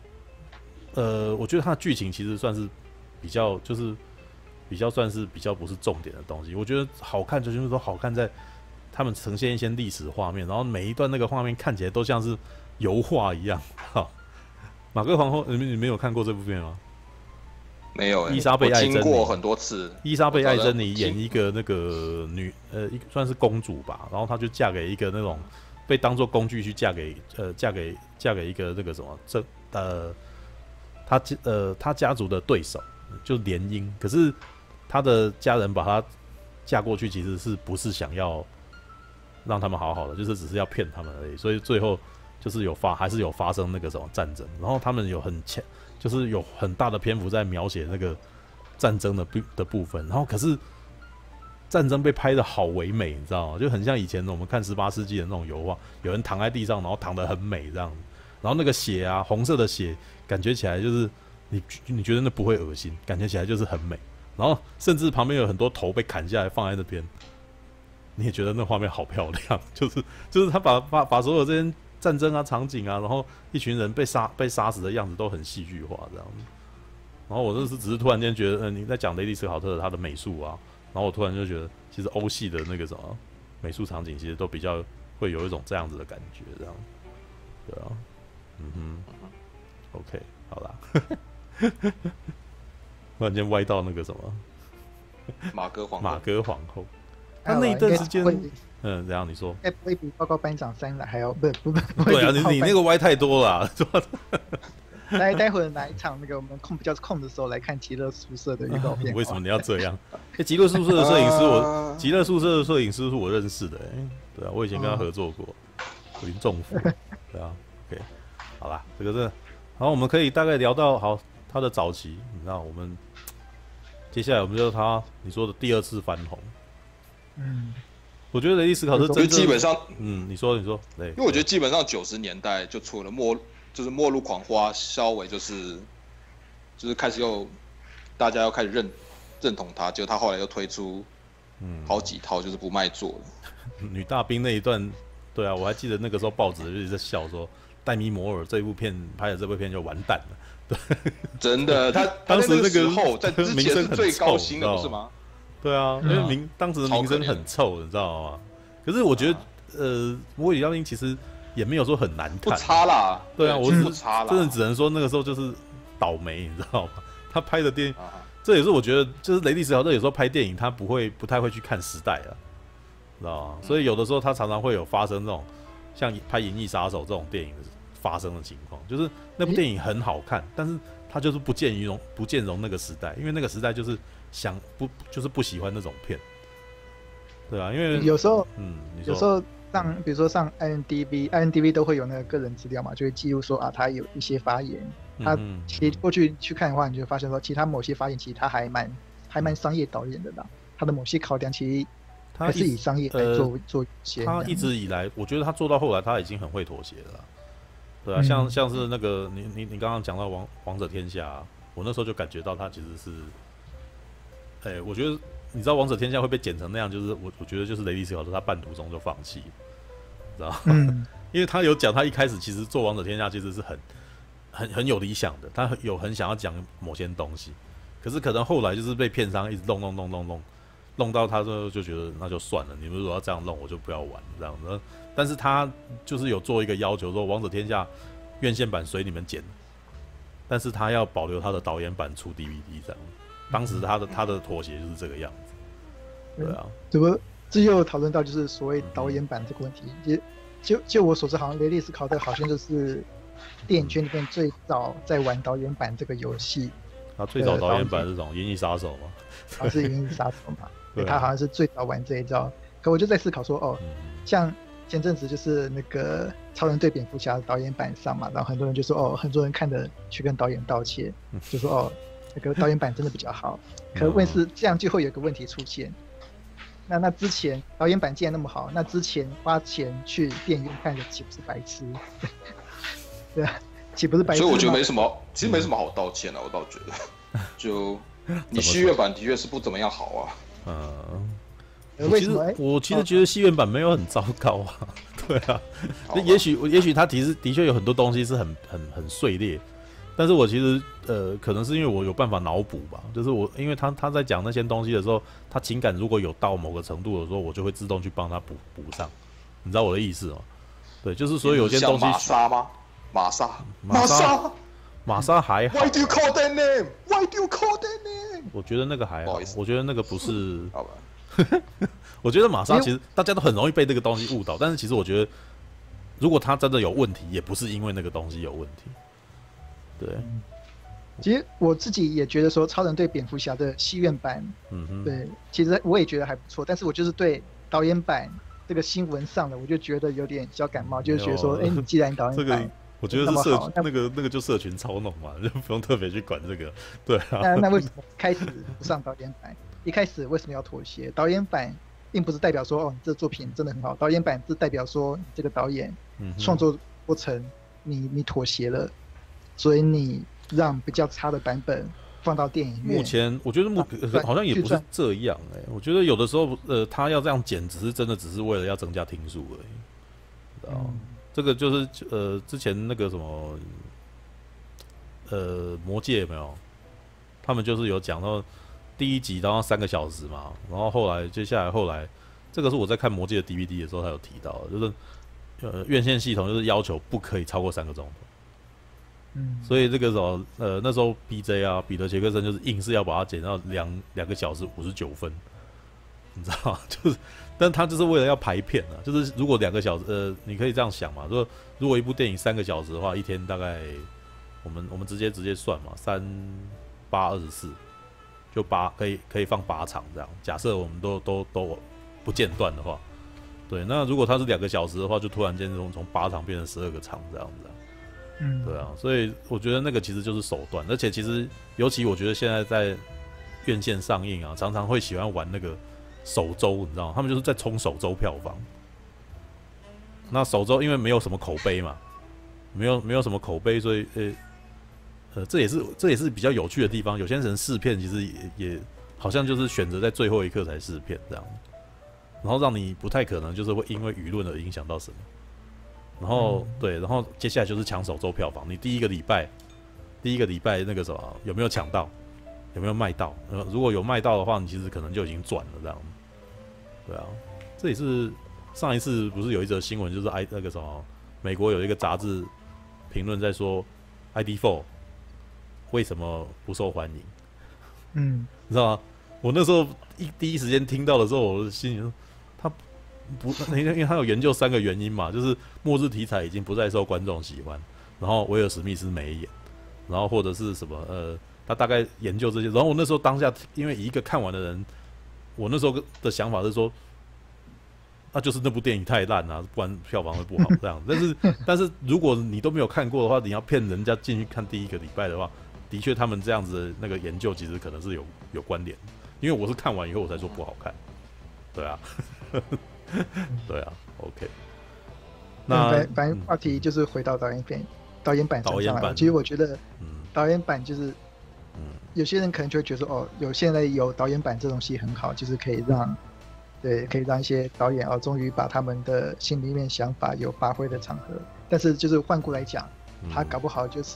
[SPEAKER 2] 它的剧情其实算是比较算是比较不是重点的东西。我觉得好看就是说好看在他们呈现一些历史画面，然后每一段那个画面看起来都像是油画一样。马哥皇后，你没有看过这部片吗？
[SPEAKER 3] 没有，
[SPEAKER 2] 伊莎贝艾珍妮
[SPEAKER 3] 经过很多次。
[SPEAKER 2] 伊莎贝艾珍妮演一个那个算是公主吧，然后她就嫁给一个那种被当作工具去嫁给一个那个什么他家族的对手，就联姻。可是他的家人把她嫁过去，其实是不是想要让他们好好的，就是只是要骗他们而已。所以最后就是还是有发生那个什么战争，然后他们就是有很大的篇幅在描写那个战争的部分，然后可是战争被拍得好唯美，你知道吗？就很像以前我们看18世纪的那种油画，有人躺在地上，然后躺得很美这样，然后那个血啊，红色的血，感觉起来就是你觉得那不会恶心，感觉起来就是很美，然后甚至旁边有很多头被砍下来放在那边，你也觉得那画面好漂亮，就是他把所有这些战争啊场景啊，然后一群人被杀死的样子都很戏剧化这样子。然后我只是突然间觉得，你在讲雷利斯考特的他的美术啊，然后我突然就觉得，其实欧系的那个什么美术场景，其实都比较会有一种这样子的感觉，这样，对啊，OK， 好啦，突然间歪到那个什么
[SPEAKER 3] 马哥皇
[SPEAKER 2] 后，他那一段时间，怎样？你说？
[SPEAKER 1] 不会比报告班长3来还要不？
[SPEAKER 2] 对啊，你那个歪太多了啊。
[SPEAKER 1] 待会儿哪一场那个我们比较空的时候来看极乐宿舍的预告片。
[SPEAKER 2] 为什么你要这样？极乐宿舍的摄影师极乐宿舍的摄影师是我认识的，对啊，我以前跟他合作过，林仲福，对啊 ，OK， 好啦，这个是，然后我们可以大概聊到好他的早期，你知道，我们接下来我们就你说的第二次翻红，我觉得雷利斯考特真
[SPEAKER 3] 基本上，
[SPEAKER 2] 你说，对，
[SPEAKER 3] 因为我觉得基本上90年代就除了末路狂花稍微就是开始大家要开始认同他，结果他后来又推出好几套就是不卖座的
[SPEAKER 2] 女大兵那一段，对啊，我还记得那个时候报纸就一直在笑说戴米摩尔这部片拍的这部片就完蛋了，对，
[SPEAKER 3] 真的，他
[SPEAKER 2] 当时那个
[SPEAKER 3] 时候在之前是最高薪的，不是吗？
[SPEAKER 2] 对啊，因为当时的名声很臭，你知道吗？可是我觉得魔鬼李嘉宾其实也没有说很难看，
[SPEAKER 3] 不差啦。
[SPEAKER 2] 对啊，我
[SPEAKER 3] 不差啦，
[SPEAKER 2] 真的只能说那个时候就是倒霉，你知道吗？他拍的电影，这也是我觉得，就是雷利斯考特有时候拍电影，他不太会去看时代啊，知道吗？所以有的时候他常常会有发生这种像拍《银翼杀手》这种电影发生的情况，就是那部电影很好看，但是他就是不见容那个时代，因为那个时代就是就是不喜欢那种片，对啊，因为
[SPEAKER 1] 有时候，
[SPEAKER 2] 有时候
[SPEAKER 1] 比如说上 IMDB 都会有那个个人资料嘛，就会记录说他有一些发言，他其实过去去看的话，你就会发现说，其实他某些发言其实他还蛮商业导演的啦，他的某些考量其实还是以商业来做一些。
[SPEAKER 2] 他一直以来，我觉得他做到后来，他已经很会妥协了啦，对啊，像是那个你刚刚讲到王者天下，我那时候就感觉到他其实是，我觉得你知道王者天下会被剪成那样，就是我觉得就是雷利斯考特他半途中就放弃了，知道吗？因为他有讲他一开始其实做王者天下其实是很有理想的，他有很想要讲某些东西，可是可能后来就是被片商一直弄， 弄到他就觉得那就算了，你们如果要这样弄，我就不要玩这样子。但是他就是有做一个要求，说《王者天下》院线版随你们剪，但是他要保留他的导演版出 DVD 这样。当时他的妥协就是这个样子，对啊。
[SPEAKER 1] 这又讨论到就是所谓导演版这个问题，就我所知，好像雷利斯考特好像就是电影圈里面最早在玩导演版这个游戏。
[SPEAKER 2] 他最早导演版是这种《银翼杀手》嘛？
[SPEAKER 1] 他是《银翼杀手》嘛？对，他好像是最早玩这一招。可我就在思考说，像前阵子就是那个《超人对蝙蝠侠》导演版上嘛，然后很多人就说，很多人看的去跟导演道歉，就说那个导演版真的比较好。可问是这样就会有个问题出现。那之前导演版既然那么好，那之前花钱去电影院看的岂不是白痴？对啊，岂不是白痴？
[SPEAKER 3] 所以我觉得其实没什么好道歉的，我倒觉得，就你戏院版的确是不怎么样好啊。
[SPEAKER 2] 我其实觉得戏院版没有很糟糕啊，对啊，也许它的确有很多东西是很碎裂。但是我其实可能是因为我有办法脑补吧，就是因为他在讲那些东西的时候，他情感如果有到某个程度的时候，我就会自动去帮他补上，你知道我的意思吗？对，就是所以有些东西。
[SPEAKER 3] 像玛莎吗？
[SPEAKER 2] 玛莎还好。
[SPEAKER 3] Why do you call that name? Why do you call that name?
[SPEAKER 2] 我觉得那个还好，我觉得那个不是。
[SPEAKER 3] 好吧。
[SPEAKER 2] 我觉得玛莎其实大家都很容易被这个东西误导，但是其实我觉得，如果他真的有问题，也不是因为那个东西有问题。对，
[SPEAKER 1] 其实我自己也觉得说，超人对蝙蝠侠的戏院版，对，其实我也觉得还不错。但是我就是对导演版这个新闻上了，我就觉得有点小感冒，就是觉得说，你既然导演版，
[SPEAKER 2] 我觉得是那个就社群操弄嘛，就不用特别去管这个。对啊，
[SPEAKER 1] 那为什么开始不上导演版？一开始为什么要妥协？导演版并不是代表说，你这作品真的很好，导演版是代表说，你这个导演创作过程你妥协了。所以你让比较差的版本放到电影院。
[SPEAKER 2] 目前我觉得好像也不是这样我觉得有的时候他要这样剪，只是为了要增加听数而已。知道这个就是之前那个什么魔戒有没有？他们就是有讲到第一集然后3个小时嘛，然后后来这个是我在看魔戒的 DVD 的时候他有提到的，就是院线系统就是要求不可以超过3个钟头。所以这个时候，那时候 BJ 啊，彼得·杰克森就是硬是要把它剪到2个小时59分，你知道吗？就是，但他就是为了要排片啊。就是如果2个小时，你可以这样想嘛，如果一部电影3个小时的话，一天大概我们直接算嘛，3×8=24，就可以放8场这样。假设我们都不间断的话，对，那如果它是2个小时的话，就突然间从8场变成12个场这样子。对啊，所以我觉得那个其实就是手段，而且其实尤其我觉得现在在院线上映啊，常常会喜欢玩那个首周，你知道吗？他们就是在冲首周票房。那首周因为没有什么口碑嘛，没有什么口碑，所以这也是比较有趣的地方。有些人试片其实也好像就是选择在最后一刻才试片这样，然后让你不太可能就是会因为舆论而影响到什么。然后对，然后接下来就是抢首周票房。你第一个礼拜那个什么有没有抢到，有没有卖到？如果有卖到的话，你其实可能就已经赚了这样。对啊，这也是上一次不是有一则新闻，就是那个什么美国有一个杂志评论在说 ID4 为什么不受欢迎？你知道吗？我那时候第一时间听到的时候，我的心里说他。因为他有研究3个原因嘛，就是末日题材已经不再受观众喜欢，然后威尔史密斯没演，然后或者是什么他大概研究这些。然后我那时候当下，因为一个看完的人，我那时候的想法是说，那就是那部电影太烂啊，不然票房会不好这样。但是如果你都没有看过的话，你要骗人家进去看第一个礼拜的话，的确他们这样子的那个研究其实可能是有关联，因为我是看完以后我才说不好看，对啊。对啊 ，OK。那
[SPEAKER 1] 反正话题就是回到导演版上来。其实我觉得，导演版就是，有些人可能就会觉得说，现在有导演版这种戏很好，就是可以让一些导演终于把他们的心里面想法有发挥的场合。但是就是换过来讲，他搞不好就是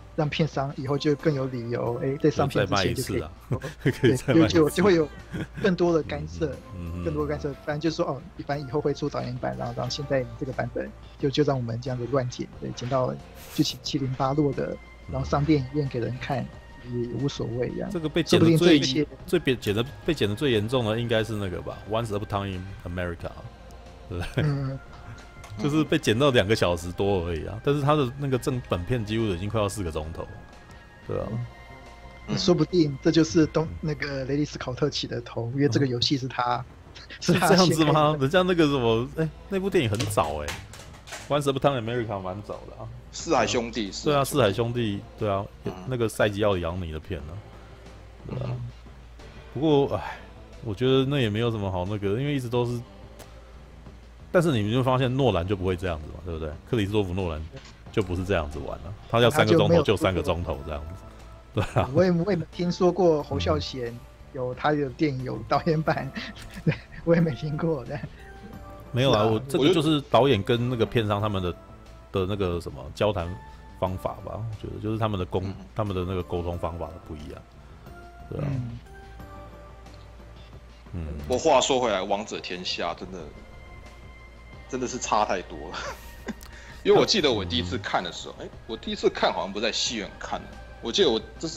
[SPEAKER 1] 让片商以后就更有理由，在上片之前就可以，
[SPEAKER 2] 可以再卖一次
[SPEAKER 1] 就会有更多的干涉，更多的干涉。反正就是说，一般以后会出导演版，然后现在这个版本就让我们这样子乱剪，对，剪到就请708落的，然后上电影院给人看也无所谓这样。
[SPEAKER 2] 这个被剪的被剪的最严重的应该是那个吧，《Once Upon a Time in America》，对不对？就是被剪到2个小时多而已啊，但是他的那个本片几乎已经快要4个钟头，对啊。
[SPEAKER 1] 说不定这就是那个雷利斯考特起的头，因为这个游戏是他，
[SPEAKER 2] 是这样子吗？人家那个什么，那部电影很早Once Upon a Time in America 蛮早的啊。
[SPEAKER 3] 四海兄弟，
[SPEAKER 2] 对啊，四海兄弟，对啊，那个赛吉奥养你的片啊，对啊。不过，我觉得那也没有什么好那个，因为一直都是。但是你们就发现诺兰就不会这样子嘛，对不对？克里斯多夫诺兰就不是这样子玩了，他要3个钟头就3个钟头这样子，对啊。
[SPEAKER 1] 我也没听说过侯孝贤他有电影有导演版，我也没听过的。
[SPEAKER 2] 没有啊，这个就是导演跟那个片商他们的那个什么交谈方法吧，我觉得就是他们的那个沟通方法的不一样，对啊。
[SPEAKER 3] 不过话说回来，《王者天下》真的是差太多了，因为我记得我第一次看的时候，我第一次看好像不在戏院看的，我记得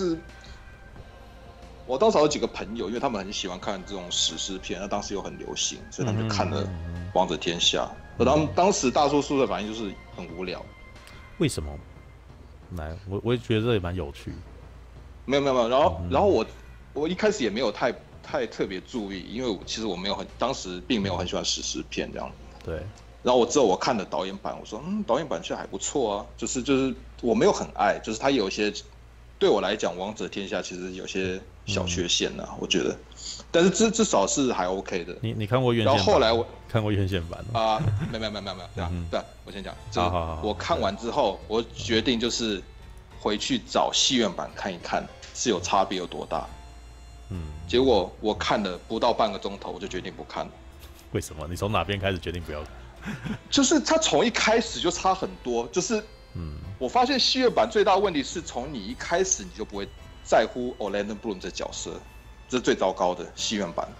[SPEAKER 3] 我当时有几个朋友，因为他们很喜欢看这种史诗片，那当时又很流行，所以他们就看了《王者天下》。当时大多数的反应就是很无聊。
[SPEAKER 2] 为什么？我也觉得这也蛮有趣。
[SPEAKER 3] 没有，然后我一开始也没有太特别注意，因为其实我当时并没有很喜欢史诗片这样。
[SPEAKER 2] 对。
[SPEAKER 3] 然后我看了导演版，我说导演版其实还不错啊，就是我没有很爱，就是它有一些对我来讲，《王者天下》其实有些小缺陷啊，我觉得，但是至少是还 OK 的。
[SPEAKER 2] 你看过院线版？
[SPEAKER 3] 然后后来我
[SPEAKER 2] 看过院线版
[SPEAKER 3] 啊，没有，这样，对，我先讲，我看完之后，我决定就是回去找戏院版看一看，是有差别有多大。结果我看了不到半个钟头，我就决定不看了。
[SPEAKER 2] 为什么？你从哪边开始决定不要看？
[SPEAKER 3] 就是他从一开始就差很多，就是我发现戏院版最大的问题是从你一开始你就不会在乎 Orlando Bloom 这角色，这是最糟糕的戏院版。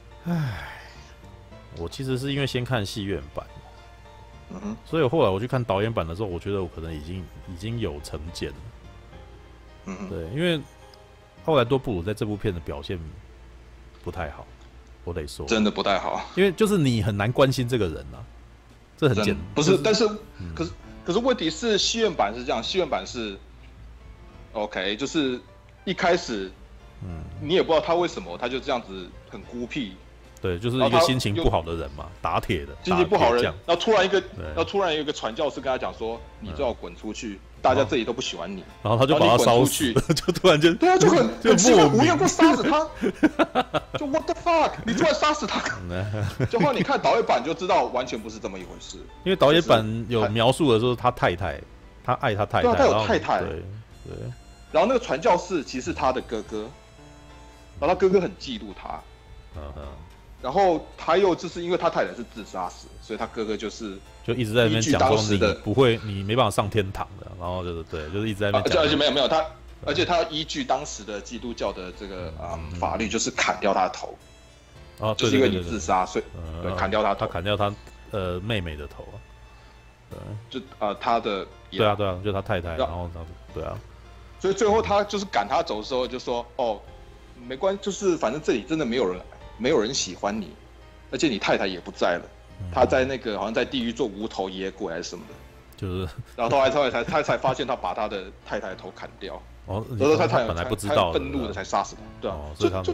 [SPEAKER 2] 我其实是因为先看戏院版，所以后来我去看导演版的时候，我觉得我可能已经有成见了。对，因为奥兰多布鲁在这部片的表现不太好，我得说，
[SPEAKER 3] 真的不太好。因
[SPEAKER 2] 为就是你很难关心这个人啊。这很简单，
[SPEAKER 3] 不是，但是可是问题是戏院版是这样，戏院版是 OK， 就是一开始你也不知道他为什么他就这样子很孤僻，
[SPEAKER 2] 对，就是一个心情不好的人嘛，打铁的，
[SPEAKER 3] 心情不好的人，然后突然有一个传教士跟他讲说，你最好滚出去，大家这里都不喜欢你，
[SPEAKER 2] 然后他就把他烧死，就突然间，
[SPEAKER 3] 对啊，就很奇怪，无缘故杀死他，就 what the fuck， 你突然杀死他，就后来你看导演版就知道完全不是这么一回事，
[SPEAKER 2] 因为导演版有描述的时候，他太太，他爱他太太，
[SPEAKER 3] 对啊，他有太太，
[SPEAKER 2] 对，
[SPEAKER 3] 然后那个传教士其实是他的哥哥，然后他哥哥很嫉妒他，然后他又就是因为他太太是自杀死，所以他哥哥就
[SPEAKER 2] 一直在那边讲说你没办法上天堂的，然后就是一直在那边讲，
[SPEAKER 3] 而且没有他，而且他要依据当时的基督教的这个法律，就是砍掉他的头，就是因为你自杀，所以砍掉他头，
[SPEAKER 2] 他砍掉他妹妹的头，
[SPEAKER 3] 就他的
[SPEAKER 2] 对啊，就他太太，然后对啊，
[SPEAKER 3] 所以最后他就是赶他走的时候就说没关系，就是反正这里真的没有人喜欢你，而且你太太也不在了，他在那个好像在地狱做无头野鬼还是什么的，
[SPEAKER 2] 就是，
[SPEAKER 3] 然后他才发现他把他的太太的头砍掉，然后他
[SPEAKER 2] 本来不知道，
[SPEAKER 3] 愤怒的才杀死他，对啊，
[SPEAKER 2] 所以他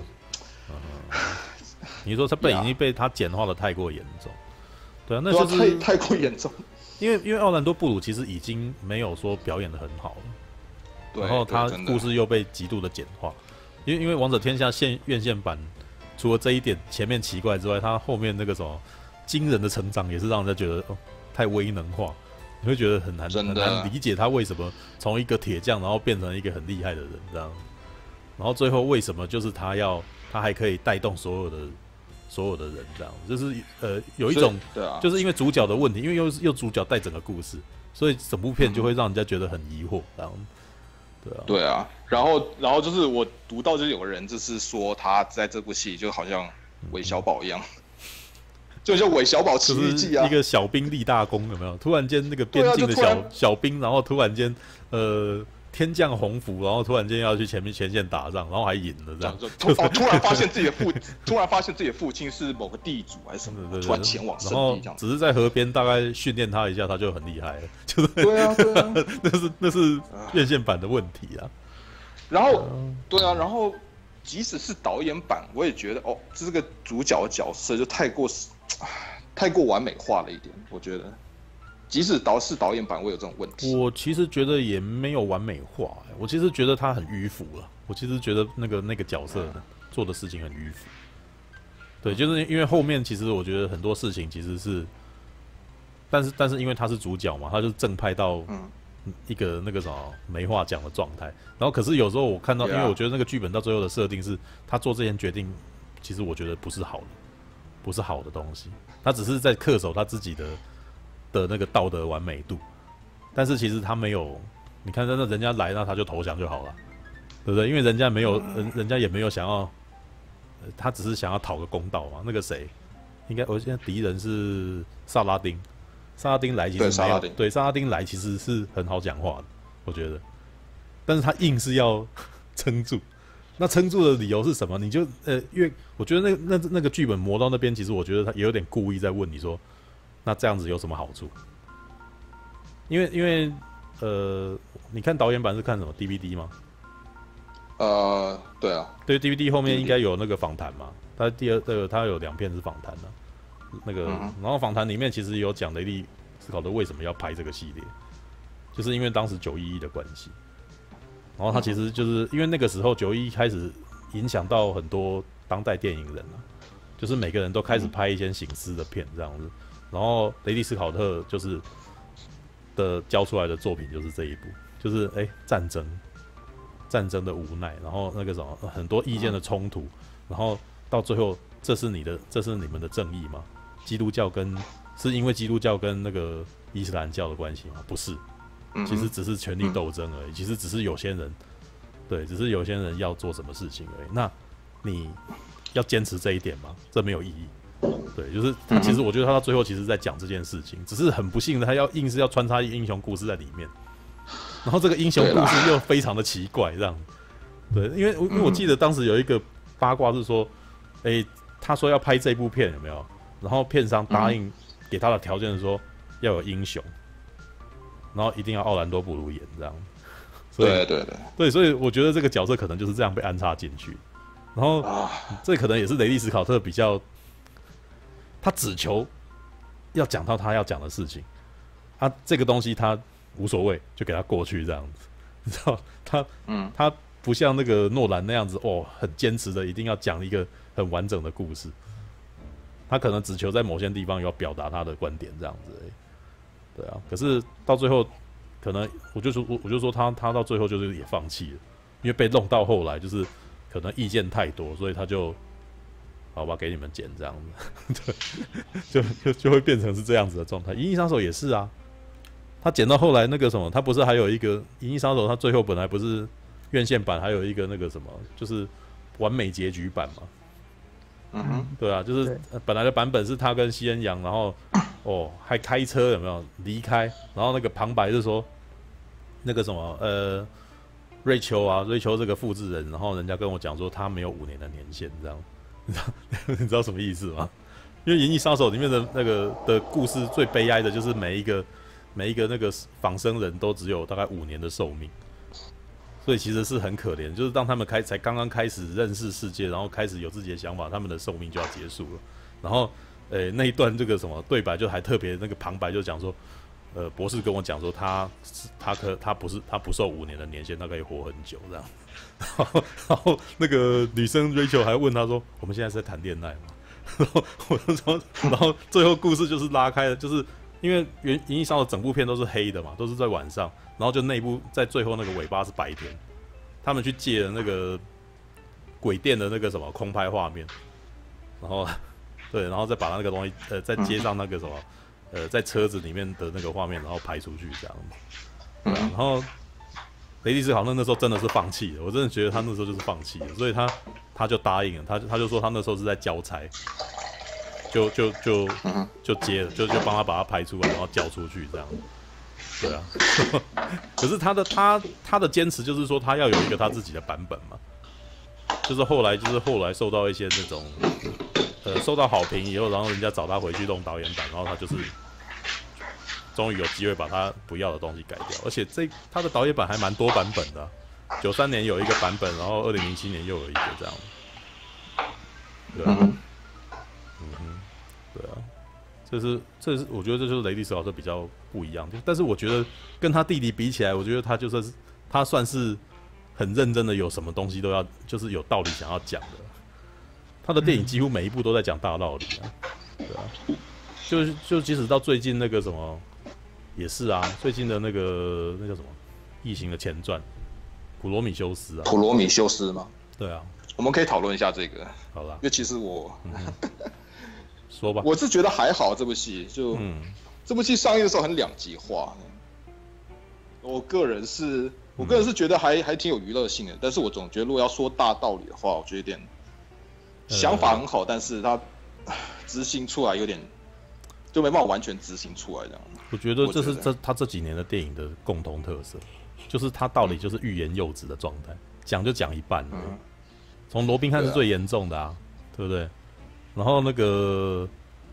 [SPEAKER 2] 你说他已经被他简化的太过严重，对啊，那就是
[SPEAKER 3] 太过严重，
[SPEAKER 2] 因为奥兰多布鲁其实已经没有说表演的很好了，然后他故事又被极度的简化，因为王者天下院线版。除了这一点前面奇怪之外，他后面那个什么惊人的成长也是让人家觉得太威能化，你会觉得很难理解他为什么从一个铁匠然后变成一个很厉害的人这样，然后最后为什么就是他还可以带动所有的人这样，就是有一种就是因为主角的问题，因为又主角带整个故事，所以整部片就会让人家觉得很疑惑这样。
[SPEAKER 3] 对啊，然后就是我读到就是有人就是说他在这部戏就好像韦小宝一样，就像韦小宝奇遇记啊，
[SPEAKER 2] 一个小兵立大功，有没有？突然间那个边境的小兵，然后突然间天降鸿福，然后突然间要去前线打仗，然后还赢了这样。
[SPEAKER 3] 突然发现自己的父亲是某个地主还是什么，突然前往圣地这样。
[SPEAKER 2] 只是在河边大概训练他一下，他就很厉害了。就是
[SPEAKER 3] 对啊，
[SPEAKER 2] 那是院线版的问题啊。
[SPEAKER 3] 然后对啊，然后即使是导演版，我也觉得这个主角的角色就太过完美化了一点，我觉得。即使是导演版，我有这种问题。
[SPEAKER 2] 我其实觉得也没有完美化，我其实觉得他很迂腐了。我其实觉得那个角色做的事情很迂腐。对，就是因为后面其实我觉得很多事情其实是，但是因为他是主角嘛，他就是正派到一个那个什么没话讲的状态。然后可是有时候我看到，因为我觉得那个剧本到最后的设定是，他做这件决定，其实我觉得不是好的东西。他只是在恪守他自己的那个道德完美度，但是其实他没有，你看那人家来，那他就投降就好了，对不对？因为人家没有，人家也没有想要，他只是想要讨个公道嘛。那个谁，应该我现在敌人是萨拉丁来其实对萨拉丁来其实是很好讲话的，我觉得，但是他硬是要撑住。那撑住的理由是什么？你就因为我觉得那个剧本磨到那边，其实我觉得他也有点故意在问你说。那这样子有什么好处？因为你看导演版是看什么 DVD 吗？
[SPEAKER 3] 对啊，
[SPEAKER 2] 对 DVD 后面应该有那个访谈嘛。他他有2片是访谈的，那个然后访谈里面其实有讲雷利斯考特为什么要拍这个系列，就是因为当时911的关系。然后他其实就是因为那个时候911开始影响到很多当代电影人啊，就是每个人都开始拍一些省思的片这样子。然后雷利斯考特就是的交出来的作品就是这一部，就是战争的无奈，然后那个什么很多意见的冲突，然后到最后这是你们的正义吗？是因为基督教跟那个伊斯兰教的关系吗？不是，其实只是权力斗争而已，其实只是有些人要做什么事情而已。那你要坚持这一点吗？这没有意义。对，就是其实我觉得他到最后其实在讲这件事情，只是很不幸的他硬是要穿插一个英雄故事在里面，然后这个英雄故事又非常的奇怪，这样。对，因为我记得当时有一个八卦是说，他说要拍这部片有没有？然后片商答应给他的条件是说要有英雄，然后一定要奥兰多·布鲁演这样。对，所以我觉得这个角色可能就是这样被安插进去，然后这可能也是雷利斯考特比较。他只求要讲到他要讲的事情，这个东西他无所谓，就给他过去这样子，你知道他不像那个诺兰那样子很坚持的一定要讲一个很完整的故事，他可能只求在某些地方要表达他的观点这样子而已，对啊。可是到最后，可能我就说他到最后就是也放弃了，因为被弄到后来就是可能意见太多，所以他就。好吧，给你们剪这样子，就会变成是这样子的状态。《银翼杀手》也是啊，他剪到后来那个什么，他不是还有一个《银翼杀手》，他最后本来不是院线版，还有一个那个什么，就是完美结局版嘛。对啊，就是本来的版本是他跟西恩阳，然后还开车有没有离开，然后那个旁白是说那个什么瑞秋这个复制人，然后人家跟我讲说他没有5年的年限这样。你知道什么意思吗？因为《银翼杀手》里面的那个的故事最悲哀的就是每一个那个仿生人都只有大概5年的寿命，所以其实是很可怜。就是当他们才刚刚开始认识世界，然后开始有自己的想法，他们的寿命就要结束了。然后那一段这个什么对白就还特别那个旁白就讲说，博士跟我讲说他不受5年的年限，他可以活很久这样。然后那个女生 Rachel 还问他说：“我们现在是在谈恋爱吗？”然后我就说，然后最后故事就是拉开了，就是因为《银翼杀手》整部片都是黑的嘛，都是在晚上，然后就内部在最后那个尾巴是白天，他们去借了那个鬼店的那个什么空拍画面，然后对，然后再把那个东西再接上那个什么在车子里面的那个画面，然后拍出去这样子，对啊，然后雷利斯考特那时候真的是放弃了，我真的觉得他那时候就是放弃了，所以他就答应了，他就说他那时候是在交差，就接了，就帮他把他拍出来，然后交出去这样。对啊，可是他的坚持就是说他要有一个他自己的版本嘛，就是后来受到一些那种受到好评以后，然后人家找他回去弄导演版，然后他就是终于有机会把他不要的东西改掉，而且他的导演版还蛮多版本的，93年有一个版本，然后2007年又有一个这样，对啊，对啊。这是我觉得这就是雷利斯考特比较不一样的，但是我觉得跟他弟弟比起来，我觉得他算是很认真的，有什么东西都要就是有道理想要讲的。他的电影几乎每一部都在讲大道理啊，对啊，就即使到最近那个什么也是啊，最近的那叫什么《异形》的前传《普罗米修斯》啊，
[SPEAKER 3] 普罗米修斯吗？
[SPEAKER 2] 对啊，
[SPEAKER 3] 我们可以讨论一下这个。
[SPEAKER 2] 好啦，
[SPEAKER 3] 因为其实我。
[SPEAKER 2] 说吧，
[SPEAKER 3] 我是觉得还好，这部戏这部戏上映的时候很两极化。我个人是觉得还挺有娱乐性的，但是我总觉得如果要说大道理的话，我觉得有点想法很好，但是他执行出来有点就没办法完全执行出来这样。
[SPEAKER 2] 我觉得这是他这几年的电影的共同特色，就是他道理就是欲言又止的状态，讲就讲一半了。从罗宾汉是最严重的啊，对不对？然后那个，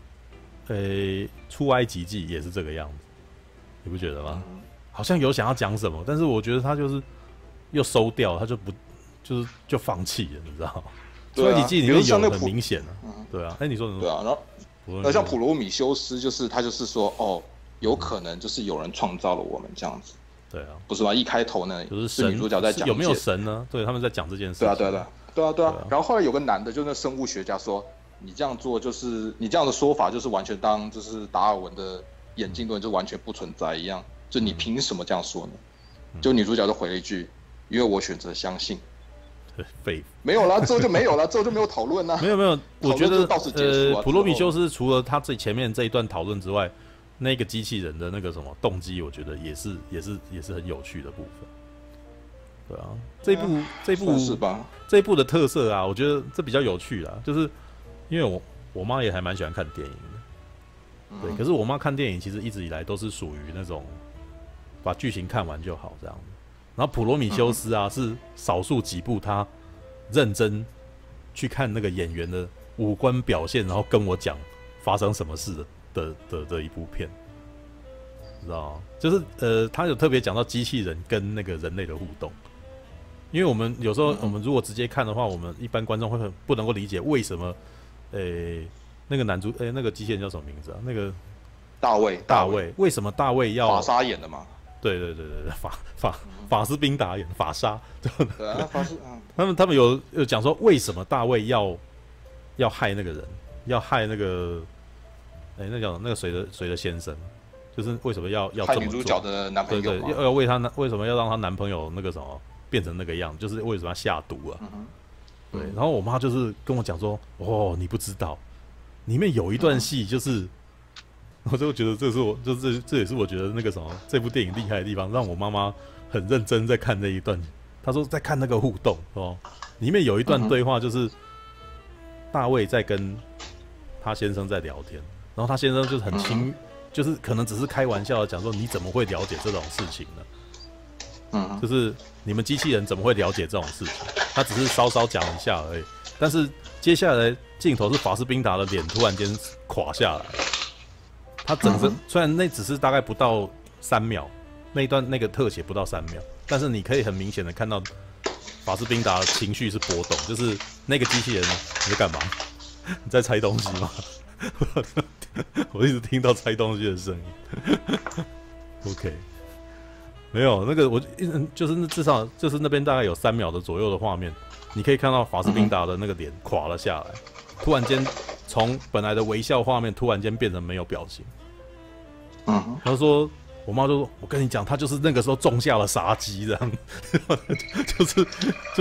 [SPEAKER 2] 出埃及记也是这个样子，你不觉得吗？好像有想要讲什么，但是我觉得他就是又收掉，他就放弃了，你知道吗？出埃及记里面有很明显的，对啊，你说什么？
[SPEAKER 3] 对啊，然后像普罗米修斯，他就是说，哦，有可能就是有人创造了我们这样子，
[SPEAKER 2] 对啊，
[SPEAKER 3] 不是吗？一开头呢，
[SPEAKER 2] 就是神
[SPEAKER 3] 女主角在讲
[SPEAKER 2] 有没有神呢？对，他们在讲这件事情。
[SPEAKER 3] 对啊。然后后来有个男的，就是那生物学家说。你这样做就是你这样的说法，就是完全当就是达尔文的演进论就完全不存在一样。就你凭什么这样说呢？就女主角就回了一句：“因为我选择相信。”
[SPEAKER 2] 废
[SPEAKER 3] 没有啦，之后就没有了，之后就没有讨论啦。
[SPEAKER 2] 没有，我觉得
[SPEAKER 3] 到此结束
[SPEAKER 2] 普罗米修斯除了他最前面这一段讨论之外，那个机器人的那个什么动机，我觉得也是很有趣的部分。对啊，这一部的特色啊，我觉得这比较有趣啦，就是因为我妈也还蛮喜欢看电影的，对，可是我妈看电影其实一直以来都是属于那种把剧情看完就好这样。然后普罗米修斯啊，是少数几部她认真去看那个演员的五官表现，然后跟我讲发生什么事的一部片，知道吗？就是他有特别讲到机器人跟那个人类的互动。因为我们有时候我们如果直接看的话，我们一般观众会很不能够理解为什么，那个那个机器人叫什么名字啊？那个大卫，为什么大卫要
[SPEAKER 3] 法沙演的嘛？
[SPEAKER 2] 对，法斯宾达演法沙，
[SPEAKER 3] 对啊，法斯，
[SPEAKER 2] 他们有讲说为什么大卫要害那个人，要害那个，那叫那个水的先生，就是为什么要
[SPEAKER 3] 害女主角的男朋友？
[SPEAKER 2] 对，要为什么要让她男朋友那个什么？变成那个样，就是为什么要下毒啊？对，然后我妈就是跟我讲说：“哦，你不知道，里面有一段戏，就是我就觉得这也是我觉得那个什么这部电影厉害的地方，让我妈妈很认真在看那一段。她说在看那个互动哦，里面有一段对话，就是大卫在跟他先生在聊天，然后他先生就是很轻，就是可能只是开玩笑的讲说：你怎么会了解这种事情呢？就是你们机器人怎么会了解这种事情？他只是稍稍讲一下而已。但是接下来镜头是法斯宾达的脸突然间垮下来，他整个虽然那只是大概不到3秒，那一段那个特写不到3秒，但是你可以很明显的看到法斯宾达的情绪是波动，就是那个机器人你在干嘛？你在拆东西吗？我一直听到拆东西的声音。OK。没有那个，我就是至少就是那边大概有3秒的左右的画面，你可以看到法斯宾达的那个脸垮了下来，突然间从本来的微笑画面突然间变成没有表情。他说，我妈就说：“我跟你讲，他就是那个时候种下了杀机，这样，就是，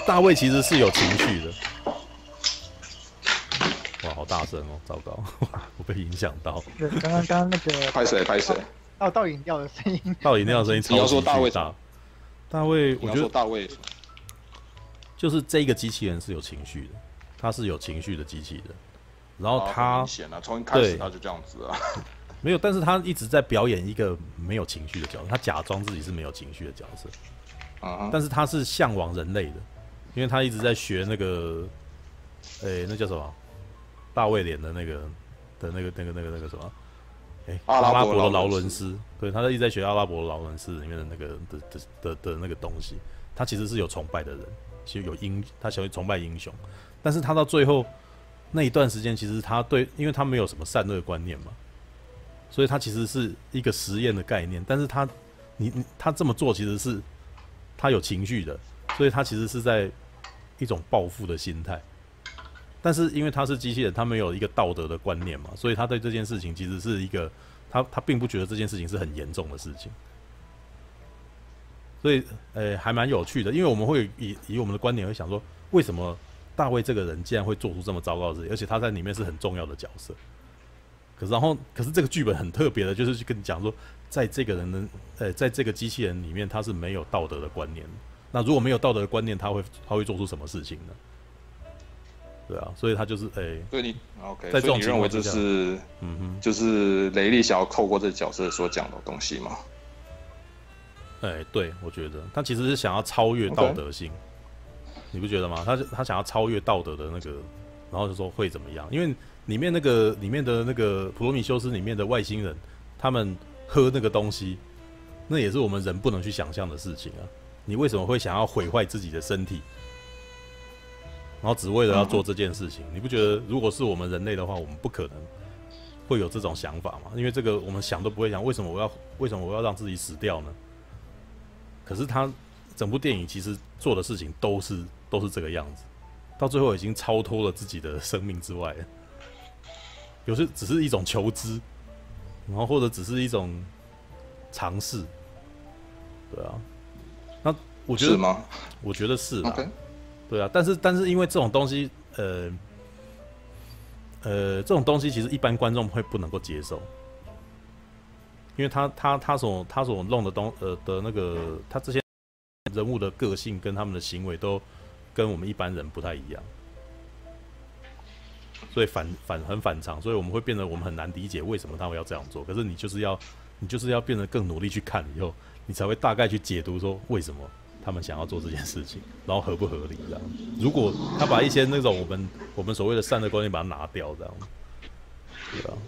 [SPEAKER 2] 大卫其实是有情绪的。”哇，好大声哦！糟糕，我被影响到。
[SPEAKER 1] 刚刚那个
[SPEAKER 3] 拍谁？
[SPEAKER 1] 倒饮料的声音，
[SPEAKER 2] 倒饮料的声音超级巨大。 大卫，我觉得
[SPEAKER 3] 大卫
[SPEAKER 2] 就是这个机器人是有情绪的，他是有情绪的机器人。然后他
[SPEAKER 3] 明显啊，从一开始他就这样子啊。
[SPEAKER 2] 没有，但是他一直在表演一个没有情绪的角色，他假装自己是没有情绪的角色。但是他是向往人类的，因为他一直在学那个，那叫什么？大卫脸的那个什么？阿拉伯的劳伦斯，对，他一直在学阿拉伯劳伦斯里面的那个的那个东西。他其实是有崇拜的人，其实他喜欢崇拜英雄，但是他到最后那一段时间，其实他因为他没有什么善恶观念嘛，所以他其实是一个实验的概念。但是他这么做，其实是他有情绪的，所以他其实是在一种报复的心态。但是因为他是机器人，他没有一个道德的观念嘛，所以他对这件事情其实是一个他并不觉得这件事情是很严重的事情。所以还蛮有趣的，因为我们会以我们的观点会想说，为什么大卫这个人竟然会做出这么糟糕的事情，而且他在里面是很重要的角色。可是这个剧本很特别的，就是去跟你讲说，在这个人的在这个机器人里面，他是没有道德的观念的。那如果没有道德的观念，他会做出什么事情呢？对啊，所以他就是
[SPEAKER 3] 所以你 OK，
[SPEAKER 2] 在这种
[SPEAKER 3] 所以你认为这是就是雷利想要透过这个角色所讲的东西吗？
[SPEAKER 2] 对，我觉得他其实是想要超越道德性，你不觉得吗？他想要超越道德的那个，然后就说会怎么样？因为里面的那个普罗米修斯里面的外星人，他们喝那个东西，那也是我们人不能去想象的事情啊！你为什么会想要毁坏自己的身体，然后只为了要做这件事情？你不觉得如果是我们人类的话，我们不可能会有这种想法吗？因为这个我们想都不会想，为什么我要让自己死掉呢？可是他整部电影其实做的事情都是这个样子，到最后已经超脱了自己的生命之外了。有时只是一种求知，然后或者只是一种尝试，对啊。那我觉得
[SPEAKER 3] 是吗？
[SPEAKER 2] 我觉得是啦，
[SPEAKER 3] okay.
[SPEAKER 2] 对啊。但是因为这种东西，这种东西其实一般观众会不能够接受。因为他所弄的的那个，他这些人物的个性跟他们的行为都跟我们一般人不太一样，所以很反常，所以我们会变得我们很难理解为什么他们要这样做。可是你就是要变得更努力去看以后，你才会大概去解读说为什么他们想要做这件事情，然后合不合理这样。如果他把一些那种我们所谓的善的观念把它拿掉这样，对啊。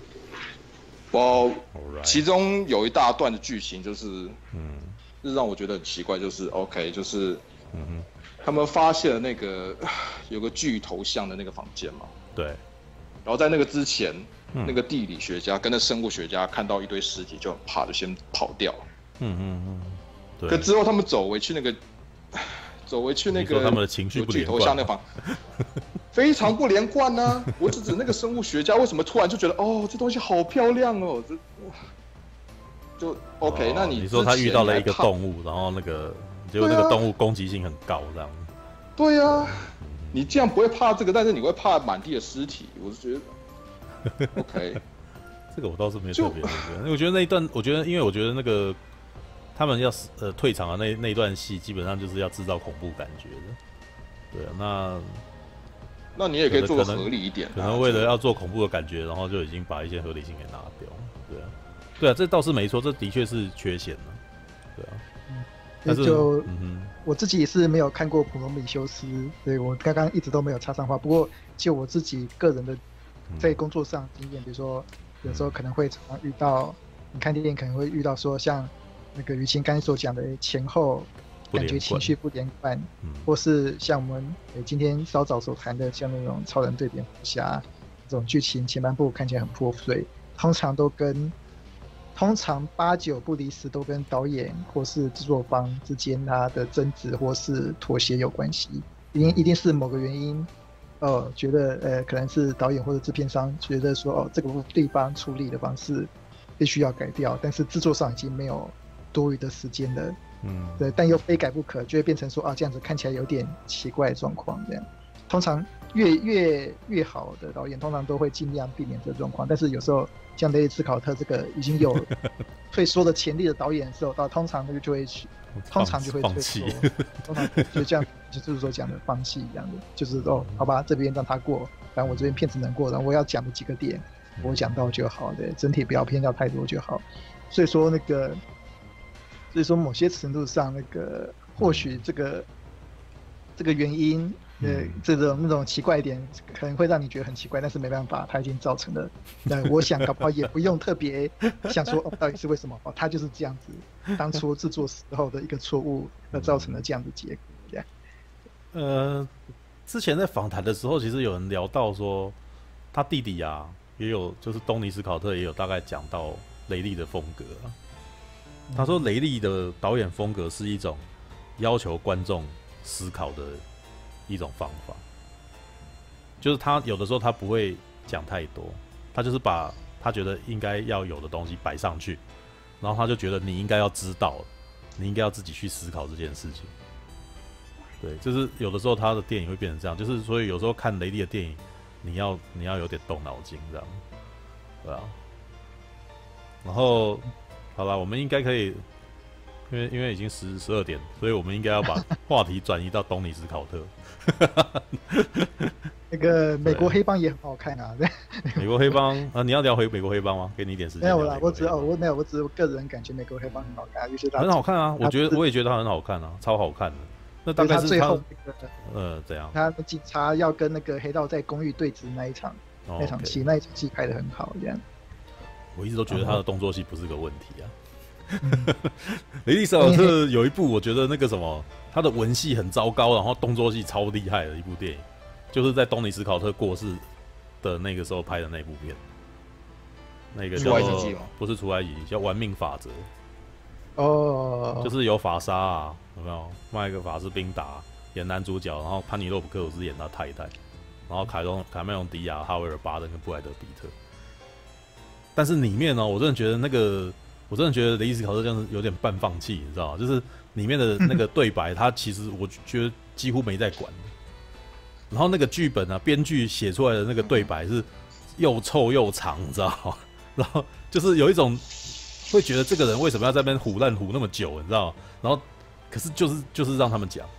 [SPEAKER 3] 其中有一大段的剧情就是，是让我觉得很奇怪，就是 OK， 就是，他们发现了那个有个巨头像的那个房间嘛，
[SPEAKER 2] 对，
[SPEAKER 3] 然后在那个之前，那个地理学家跟那生物学家看到一堆尸体就很怕，就先跑掉，
[SPEAKER 2] 对。
[SPEAKER 3] 可之后他们走回去那个
[SPEAKER 2] 他们的情绪不连贯，
[SPEAKER 3] 非常不连贯啊！我只指那个生物学家为什么突然就觉得这东西好漂亮哦，就 OK。那你
[SPEAKER 2] 说他遇到了一个动物，然后结果那个动物攻击性很高，这样。
[SPEAKER 3] 对啊，你既然不会怕这个，但是你会怕满地的尸体，我是觉得 OK。
[SPEAKER 2] 这个我倒是没有特别那个，我觉得那一段，因为我觉得那个他们要退场的那一段戏，基本上就是要制造恐怖感觉的。对啊，那
[SPEAKER 3] 你也可以做得合理一点，
[SPEAKER 2] 可能为了要做恐怖的感觉，然后就已经把一些合理性给拿掉。对啊，这倒是没错，这的确是缺陷了。对啊，但是
[SPEAKER 1] 我自己也是没有看过《普罗米修斯》，所以我刚刚一直都没有插上话。不过就我自己个人的在工作上经验，比如说有时候可能会常常遇到，你看电影可能会遇到说像那个于晴刚才所讲的前后感觉情绪不连贯，或是像我们今天稍早所谈的像那种超人对蝙蝠侠这种剧情前半部看起来很破碎，通常8、9不离10都跟导演或是制作方之间他的争执或是妥协有关系，一定是某个原因，觉得可能是导演或者制片商觉得说这个地方处理的方式必须要改掉，但是制作上已经没有多余的时间了。对，但又非改不可，就会变成说这样子看起来有点奇怪的状况。这样，通常越好的导演，通常都会尽量避免这个状况。但是有时候像雷利斯考特这个已经有退缩的潜力的导演的时候，通常就会退缩，通常就这样，就是说讲的放弃一样的，就是好吧，这边让他过，反正我这边片子能过，然后我要讲的几个点我讲到就好，对，整体不要偏掉太多就好。所以说某些程度上或许这个原因。那种奇怪一点可能会让你觉得很奇怪，但是没办法，它已经造成了。我想搞不好也不用特别想说到底是为什么它就是这样子，当初制作时候的一个错误而造成了这样的结果。
[SPEAKER 2] 之前在访谈的时候，其实有人聊到说，他弟弟啊也有，就是东尼斯考特也有大概讲到雷利的风格啊。他说雷利的导演风格是一种要求观众思考的一种方法，就是他有的时候他不会讲太多，他就是把他觉得应该要有的东西摆上去，然后他就觉得你应该要知道，你应该要自己去思考这件事情。对，就是有的时候他的电影会变成这样，就是所以有时候看雷利的电影，你要有点动脑筋这样，对啊。然后好了，我们应该可以。因为已经12点，所以我们应该要把话题转移到东尼斯考特。
[SPEAKER 1] 那个美国黑帮也很好看啊，对。
[SPEAKER 2] 美国黑帮啊，你要聊回美国黑帮吗？给你一点时间。
[SPEAKER 1] 没有啦，我只是个人感觉美国黑帮很好看，尤其
[SPEAKER 2] 很好看啊，我也觉得它很好看啊，超好看的。那大概是
[SPEAKER 1] 最后
[SPEAKER 2] 怎样？
[SPEAKER 1] 他警察要跟那个黑道在公寓对峙那一场戏，那一场戏拍得很好，这样。
[SPEAKER 2] 我一直都觉得他的动作戏不是个问题啊。雷利斯考特有一部我觉得那个什么，他的文戏很糟糕，然后动作戏超厉害的一部电影，就是在东尼斯考特过世的那个时候拍的那部片，那个叫做不是除埃及，叫《玩命法则》。就是有法沙啊，有没有？麦克法斯宾达演男主角，然后潘尼洛普克鲁斯演他太太，然后凯麦隆迪亚、哈维尔巴登跟布莱德比特。但是里面呢，我真的觉得雷利斯考特这样子有点半放弃，你知道吗？就是里面的那个对白，他其实我觉得几乎没在管。然后那个剧本啊，编剧写出来的那个对白是又臭又长，你知道吗？然后就是有一种会觉得这个人为什么要在那边唬烂唬那么久，你知道吗？然后可是就是让他们讲，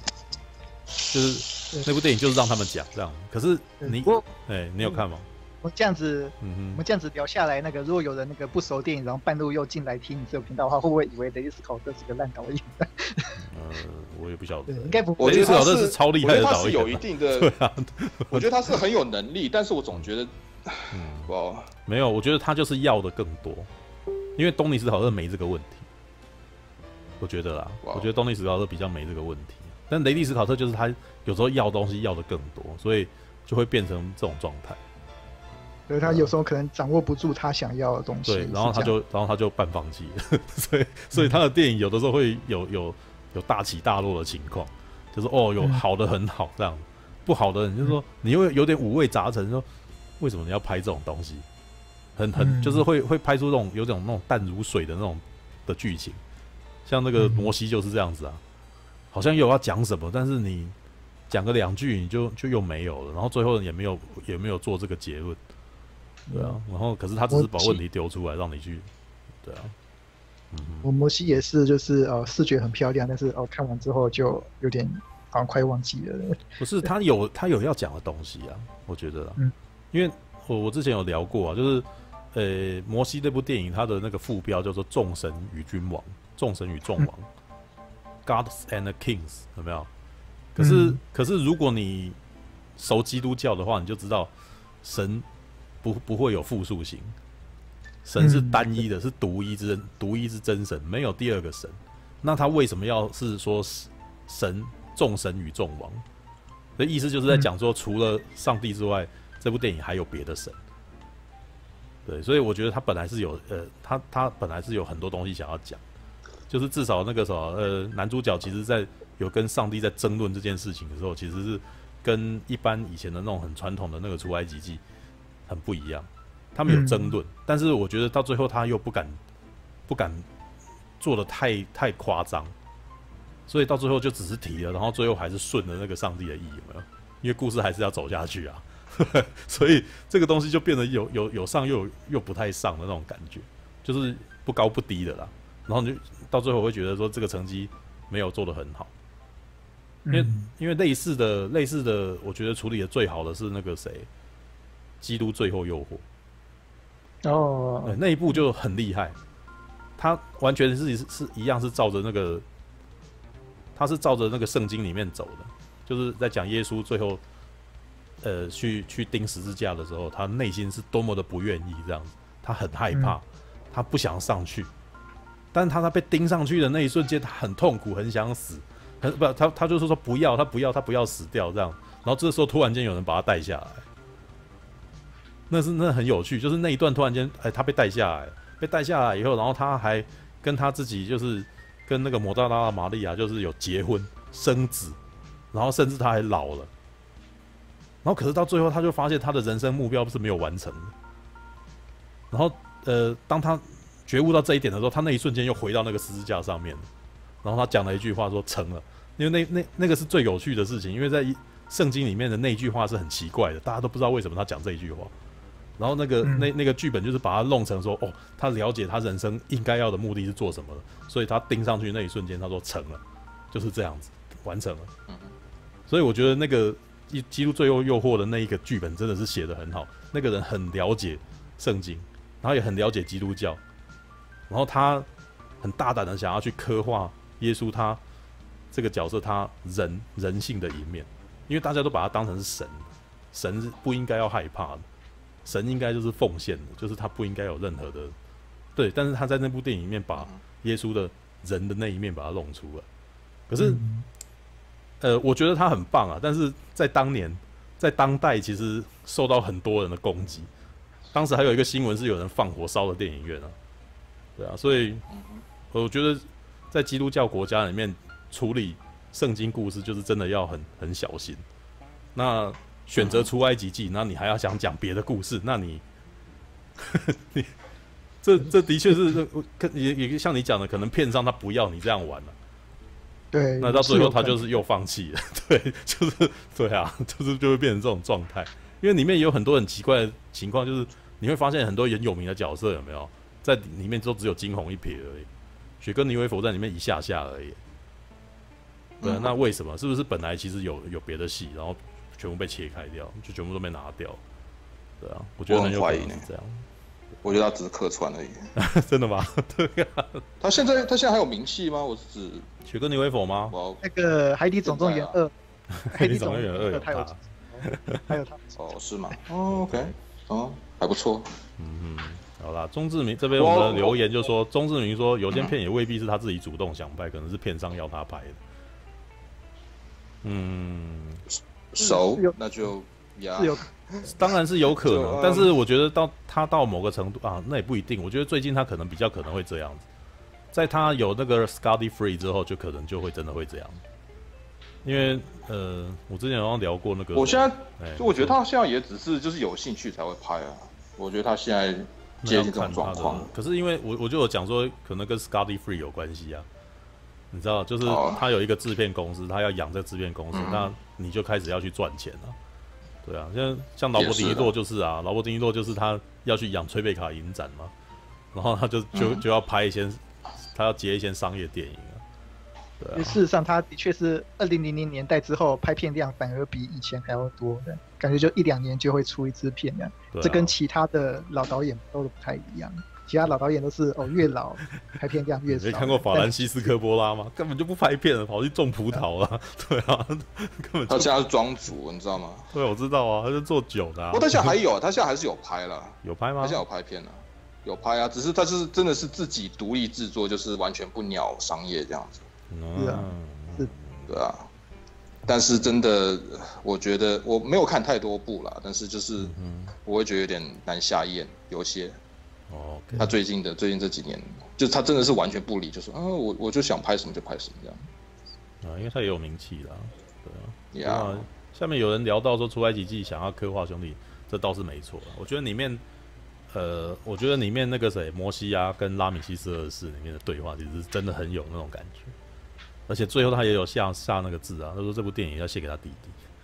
[SPEAKER 2] 就是那部电影就是让他们讲这样。可是你有看吗？
[SPEAKER 1] 我们这样子聊下来，如果有人不熟电影，然后半路又进来听你这个频道的话，会不会以为雷利斯考特是个烂导演？
[SPEAKER 2] 我也不晓得，
[SPEAKER 1] 应该不。
[SPEAKER 3] 我觉得他
[SPEAKER 2] 是超厉害的导演，
[SPEAKER 3] 我觉得他是有一定的，对啊，我觉得他是很有能力，但是我总觉得，
[SPEAKER 2] 没有，我觉得他就是要的更多，因为东尼斯考特没这个问题，我觉得啦，我觉得东尼斯考特比较没这个问题，但雷利斯考特就是他有时候要东西要的更多，所以就会变成这种状态。
[SPEAKER 1] 所以他有时候可能掌握不住他想要的东西，
[SPEAKER 2] 对，然后他就半放弃了，所以他的电影有的时候会有大起大落的情况，就是有好的很好这样，不好的你就说你又有点五味杂陈，说为什么你要拍这种东西，就是会拍出有种那种淡如水的那种的剧情，像那个摩西就是这样子啊，好像有要讲什么，但是你讲个2句你就又没有了，然后最后也没有做这个结论。对啊，然后可是他只是把问题丢出来让你去，对啊，
[SPEAKER 1] 我摩西也是，就是视觉很漂亮，但是看完之后就有点好像快忘记了。
[SPEAKER 2] 不是他有要讲的东西啊，我觉得因为我之前有聊过啊，就是摩西这部电影它的那个副标叫做众神与君王，众神与众王，Gods and Kings 有没有？可是如果你熟基督教的话，你就知道神。不会有复数型，神是单一的，是独一之真神，没有第二个神。那他为什么要是说神众神与众王？的意思就是在讲说，除了上帝之外，这部电影还有别的神。对，所以我觉得他本来是有他本来是有很多东西想要讲，就是至少那个男主角其实在有跟上帝在争论这件事情的时候，其实是跟一般以前的那种很传统的那个出埃及记很不一样，他们有争论，但是我觉得到最后他又不敢做的太夸张，所以到最后就只是提了，然后最后还是顺了那个上帝的意，有没有？ 因为故事还是要走下去啊。所以这个东西就变得有上又不太上的那种感觉，就是不高不低的啦。然后你就到最后会觉得说这个成绩没有做得很好，因为类似的，我觉得处理的最好的是那个谁，《基督最后诱惑》
[SPEAKER 1] 哦，
[SPEAKER 2] 那一部就很厉害，他完全是一样是照着那个，他是照着那个圣经里面走的，就是在讲耶稣最后。去钉十字架的时候，他内心是多么的不愿意这样子，他很害怕，他不想上去，但是他被钉上去的那一瞬间，他很痛苦，很想死，他就是说不要，他不要死掉这样，然后这时候突然间有人把他带下来，那很有趣，就是那一段突然间，他被带下来以后，然后他还跟他自己就是跟那个抹大拉的玛利亚就是有结婚生子，然后甚至他还老了。然后可是到最后，他就发现他的人生目标是没有完成的。然后当他觉悟到这一点的时候，他那一瞬间又回到那个十字架上面了。然后他讲了一句话说成了，因为那个是最有趣的事情，因为在圣经里面的那句话是很奇怪的，大家都不知道为什么他讲这一句话。然后那个剧本就是把它弄成说，他了解他人生应该要的目的是做什么了，所以他钉上去那一瞬间，他说成了，就是这样子完成了。所以我觉得那个。基督最后诱惑的那一个剧本真的是写得很好，那个人很了解圣经，然后也很了解基督教，然后他很大胆的想要去刻画耶稣他这个角色他人性的一面，因为大家都把他当成是神，神是不应该要害怕的，神应该就是奉献的，就是他不应该有任何的对，但是他在那部电影里面把耶稣的人的那一面把它弄出来，可是。我觉得他很棒啊，但是在当代其实受到很多人的攻击。当时还有一个新闻是有人放火烧了电影院啊，对啊，所以我觉得在基督教国家里面处理圣经故事就是真的要很小心。那选择出埃及记，那你还要想讲别的故事，那你这的确是也像你讲的，可能片商他不要你这样玩了。
[SPEAKER 1] 对，
[SPEAKER 2] 那到最后他就是又放弃了，对，就是对啊，就会变成这种状态。因为里面有很多很奇怪的情况，就是你会发现很多很有名的角色有没有在里面都只有惊鸿一瞥而已，雪歌妮薇佛在里面一下而已。对啊，那为什么？是不是本来其实有别的戏，然后全部被切开掉，就全部都被拿掉？对啊，我觉得很有可能是这样。
[SPEAKER 3] 我觉得他只是客串而已。
[SPEAKER 2] 真的吗？对啊。
[SPEAKER 3] 他现在还有名气吗？我是指
[SPEAKER 2] 雪歌妮薇佛吗？
[SPEAKER 1] 那个《海底总动员2》，《
[SPEAKER 2] 海底总动员2》有他，
[SPEAKER 1] 还有他。
[SPEAKER 3] 哦，是吗？OK，还不错。
[SPEAKER 2] 好啦，钟志明这边我们的留言就说，钟志明说有些片也未必是他自己主动想拍，可能是片商要他拍的。
[SPEAKER 3] 那就呀。
[SPEAKER 2] 当然是有可能，但是我觉得他到某个程度啊，那也不一定。我觉得最近他可能比较可能会这样子，在他有那个 Scotty Free 之后，就可能就会真的会这样。因为我之前好像聊过那个，
[SPEAKER 3] 我现在我觉得他现在也只是就是有兴趣才会拍啊。我觉得他现在接近这种状况，
[SPEAKER 2] 可是因为我就有讲说，可能跟 Scotty Free 有关系啊。你知道，就是他有一个制片公司，他要养这个制片公司，那你就开始要去赚钱了。对啊，像劳勃迪尼洛就是啊，劳勃迪尼洛就是他要去养崔贝卡影展嘛，然后他就要拍一些，他要接一些商业电影啊。对啊，
[SPEAKER 1] 事实上他的确是2000年代之后拍片量反而比以前还要多的，感觉就1-2年就会出一支片这样。这跟其他的老导演都不太一样。其他老导演都是越老拍片量越少。
[SPEAKER 2] 你没看过法兰西斯科波拉吗？根本就不拍片了，跑去种葡萄了。对啊，根本
[SPEAKER 3] 他现在是庄主，你知道吗？
[SPEAKER 2] 对，我知道啊，他是做酒的。
[SPEAKER 3] 他现在还有，他现在还是有拍了。
[SPEAKER 2] 有拍吗？
[SPEAKER 3] 他现在有拍片了，有拍啊。只是他就是真的是自己独立制作，就是完全不鸟商业这样子。
[SPEAKER 1] 是啊，是，
[SPEAKER 3] 对啊。但是真的，我觉得我没有看太多部啦，但是就是我会觉得有点难下咽，有些。
[SPEAKER 2] Okay.
[SPEAKER 3] 他最近这几年，就他真的是完全不理，就说我就想拍什么就拍什么这样。
[SPEAKER 2] 因为他也有名气啦，对啊。Yeah. 下面有人聊到说出埃及记想要刻画兄弟，这倒是没错。我觉得里面那个谁摩西啊跟拉米西斯2世里面的对话，其实真的很有那种感觉。而且最后他也有下那个字啊，他说这部电影要献给他弟弟。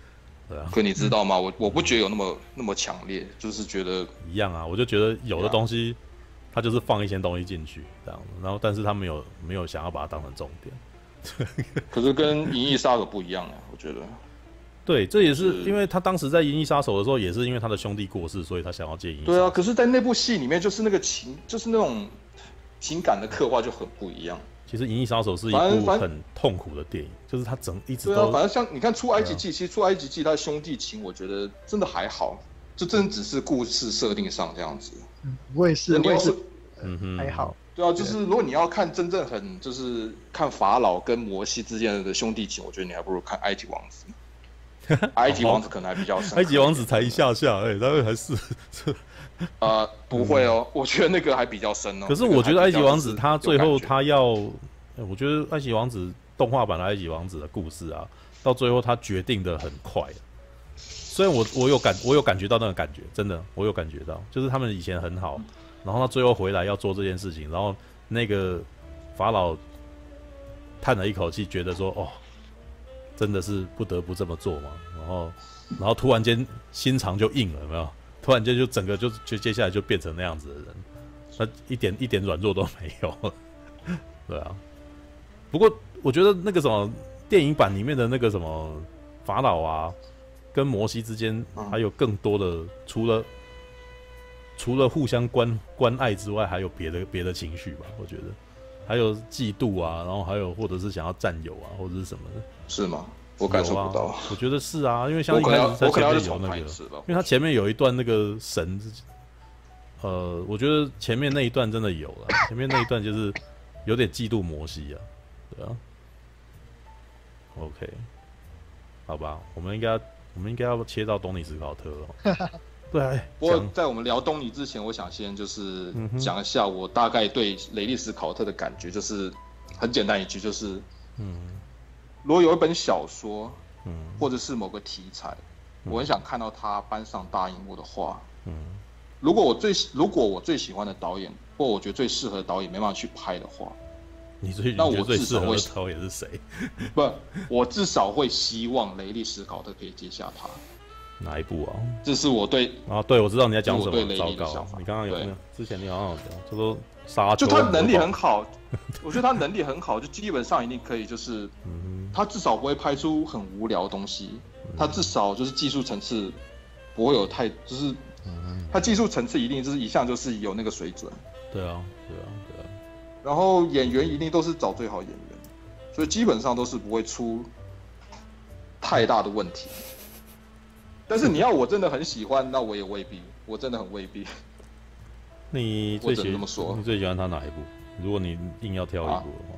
[SPEAKER 2] 对啊。
[SPEAKER 3] 可你知道吗？我不觉得有那么强烈，就是觉得
[SPEAKER 2] 一样啊。我就觉得有的东西，它就是放一些东西进去这样，然后但是他没有想要把它当成重点。
[SPEAKER 3] 可是跟《银翼杀手》不一样啊，我觉得。
[SPEAKER 2] 对，这也是因为他当时在《银翼杀手》的时候，也是因为他的兄弟过世，所以他想要借银翼。
[SPEAKER 3] 对啊，可是，在那部戏里面，就是那个就是那种情感的刻画就很不一样。
[SPEAKER 2] 其实《银翼杀手》是一部很痛苦的电影，就是他一直都。
[SPEAKER 3] 对啊，反正像你看《出埃及记》，其实《出埃及记》他的兄弟情，我觉得真的还好，就真的只是故事设定上这样子。
[SPEAKER 1] 我也是，还好。
[SPEAKER 3] 对啊，就是如果你要看真正就是看法老跟摩西之间的兄弟情，我觉得你还不如看《埃及王子》。埃及王子可能还比较深。
[SPEAKER 2] 埃及王子才一下，他还是
[SPEAKER 3] 不会哦，我觉得那个还比较深哦。
[SPEAKER 2] 可是我觉得埃及王子他最后他要，我觉得埃及王子动画版的埃及王子的故事啊，到最后他决定的很快。虽然我有感觉到那个感觉，真的我有感觉到，就是他们以前很好，然后他最后回来要做这件事情，然后那个法老叹了一口气，觉得说哦。真的是不得不这么做嘛，然后突然间心肠就硬了，有没有？突然间就整个就接下来就变成那样子的人，他一点软弱都没有了，对啊。不过我觉得那个什么电影版里面的那个什么法老啊，跟摩西之间还有更多的，除了互相关爱之外，还有别的情绪吧，我觉得。还有嫉妒啊，然后还有或者是想要占有啊，或者是什么的，
[SPEAKER 3] 是吗？我感受不到。
[SPEAKER 2] 啊、我觉得是啊，因为像一开始在前面有那个，因为他前面有一段那个神，我觉得前面那一段真的有了，前面那一段就是有点嫉妒摩西啊，对啊。OK， 好吧，我们应该要切到东尼史考特了。对啊，
[SPEAKER 3] 不过在我们聊东尼之前，我想先就是讲一下我大概对雷利史考特的感觉，就是很简单一句，就是如果有一本小说，或者是某个题材，我很想看到他搬上大荧幕的话，如果我最喜欢的导演，或我觉得最适合的导演没办法去拍的话，
[SPEAKER 2] 那我最适合的导演是谁？
[SPEAKER 3] 不，我至少会希望雷利史考特可以接下他。
[SPEAKER 2] 哪一部啊？
[SPEAKER 3] 这是我对
[SPEAKER 2] 对，我知道你在讲什么。
[SPEAKER 3] 对雷利
[SPEAKER 2] 的想法。你刚刚有没有？之前你好像有讲，就说沙丘。
[SPEAKER 3] 就他能力很好，我觉得他能力很好，就基本上一定可以，就是他至少不会拍出很无聊的东西，他至少就是技术层次不会有太，就是他技术层次一定就是一向就是有那个水准。
[SPEAKER 2] 对啊。
[SPEAKER 3] 然后演员一定都是找最好演员，所以基本上都是不会出太大的问题。但是你要我真的很喜欢，那我也未必，我真的很未必。
[SPEAKER 2] 你最喜欢他哪一部？如果你硬要挑一部的话，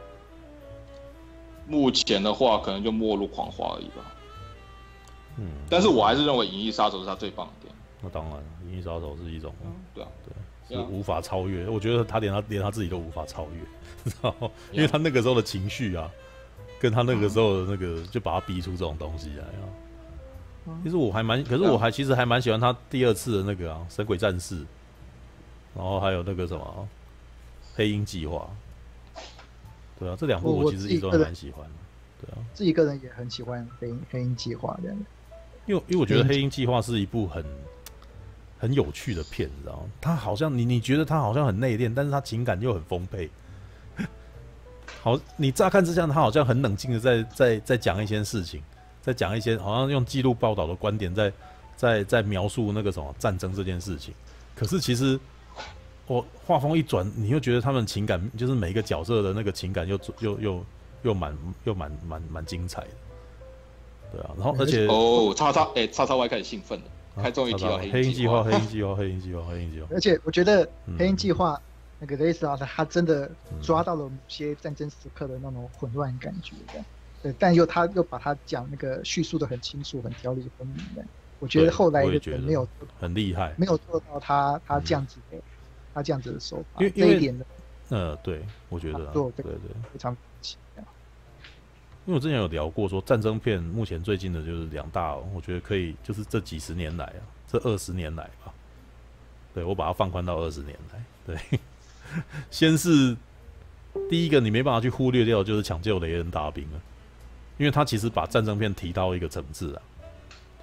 [SPEAKER 3] 目前的话可能就《末路狂花》而已吧。但是我还是认为《银翼杀手》是他最棒的点。
[SPEAKER 2] 那当然，《银翼杀手》是一种，
[SPEAKER 3] 对，
[SPEAKER 2] 是无法超越。我觉得他连他自己都无法超越，知道吗？因为他那个时候的情绪啊，跟他那个时候的那个，就把他逼出这种东西来啊。其实我其实还蛮喜欢他第二次的那个神鬼战士，然后还有那个什么黑鹰计划，对啊，这两部我其实一直都蛮喜欢的，对啊，
[SPEAKER 1] 自己个人也很喜欢黑鹰计划这样的，
[SPEAKER 2] 因为我觉得黑鹰计划是一部很有趣的片，你知道吗？他好像你觉得他好像很内敛，但是他情感又很丰沛。好，你乍看之下他好像很冷静的在讲一些事情。在讲一些好像用纪录报道的观点在描述那个什么战争这件事情，可是其实我画风一转，你又觉得他们情感就是每一个角色的那个情感又蛮精彩的，对啊，然后而且
[SPEAKER 3] 叉 Y 开始兴奋了，还终于提到
[SPEAKER 2] 黑鹰计划，
[SPEAKER 1] 而且我觉得黑鹰计划那个雷斯老师他真的抓到了某些战争时刻的那种混乱感觉的。对，但他又把他讲那个叙述的很清楚、很条理分明的。我觉得后来的人没有
[SPEAKER 2] 很厉害，
[SPEAKER 1] 没有做到他这样子的手法，这一点的。
[SPEAKER 2] 对，我觉得
[SPEAKER 1] 做
[SPEAKER 2] 对
[SPEAKER 1] 非常奇妙。
[SPEAKER 2] 因为我之前有聊过说战争片目前最近的就是两大，我觉得可以就是这几十年来啊，这20年来吧，对我把它放宽到20年来，对，先是第一个你没办法去忽略掉就是抢救雷恩大兵了。因为他其实把战争片提到一个层次啊，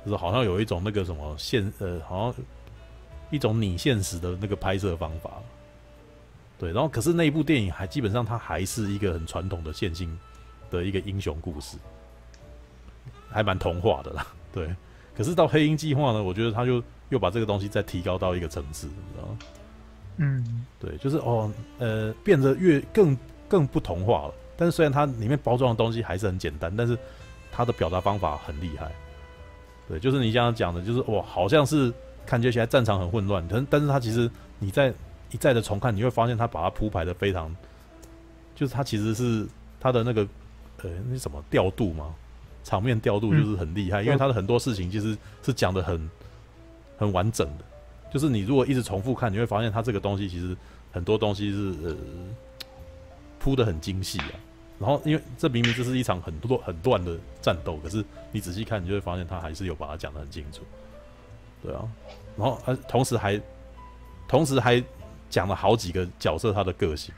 [SPEAKER 2] 就是好像有一种那个什么好像一种拟现实的那个拍摄方法。对，然后可是那一部电影基本上它还是一个很传统的线性的一个英雄故事，还蛮童话的啦。对，可是到黑鹰计划呢，我觉得他就又把这个东西再提高到一个层次，你知道吗？对，就是变得更不童话了。但是虽然它里面包装的东西还是很简单，但是它的表达方法很厉害。对，就是你刚刚讲的，就是好像是感觉起来战场很混乱，但是它其实你在一再的重看，你会发现他把它铺排的非常，就是他其实是他的那个那什么调度嘛，场面调度就是很厉害，因为他的很多事情其实是讲的很完整的，就是你如果一直重复看，你会发现他这个东西其实很多东西是铺的很精细啊。然后因为这明明这是一场很乱的战斗，可是你仔细看，你就会发现他还是有把它讲得很清楚。对啊，然后同时还讲了好几个角色他的个性。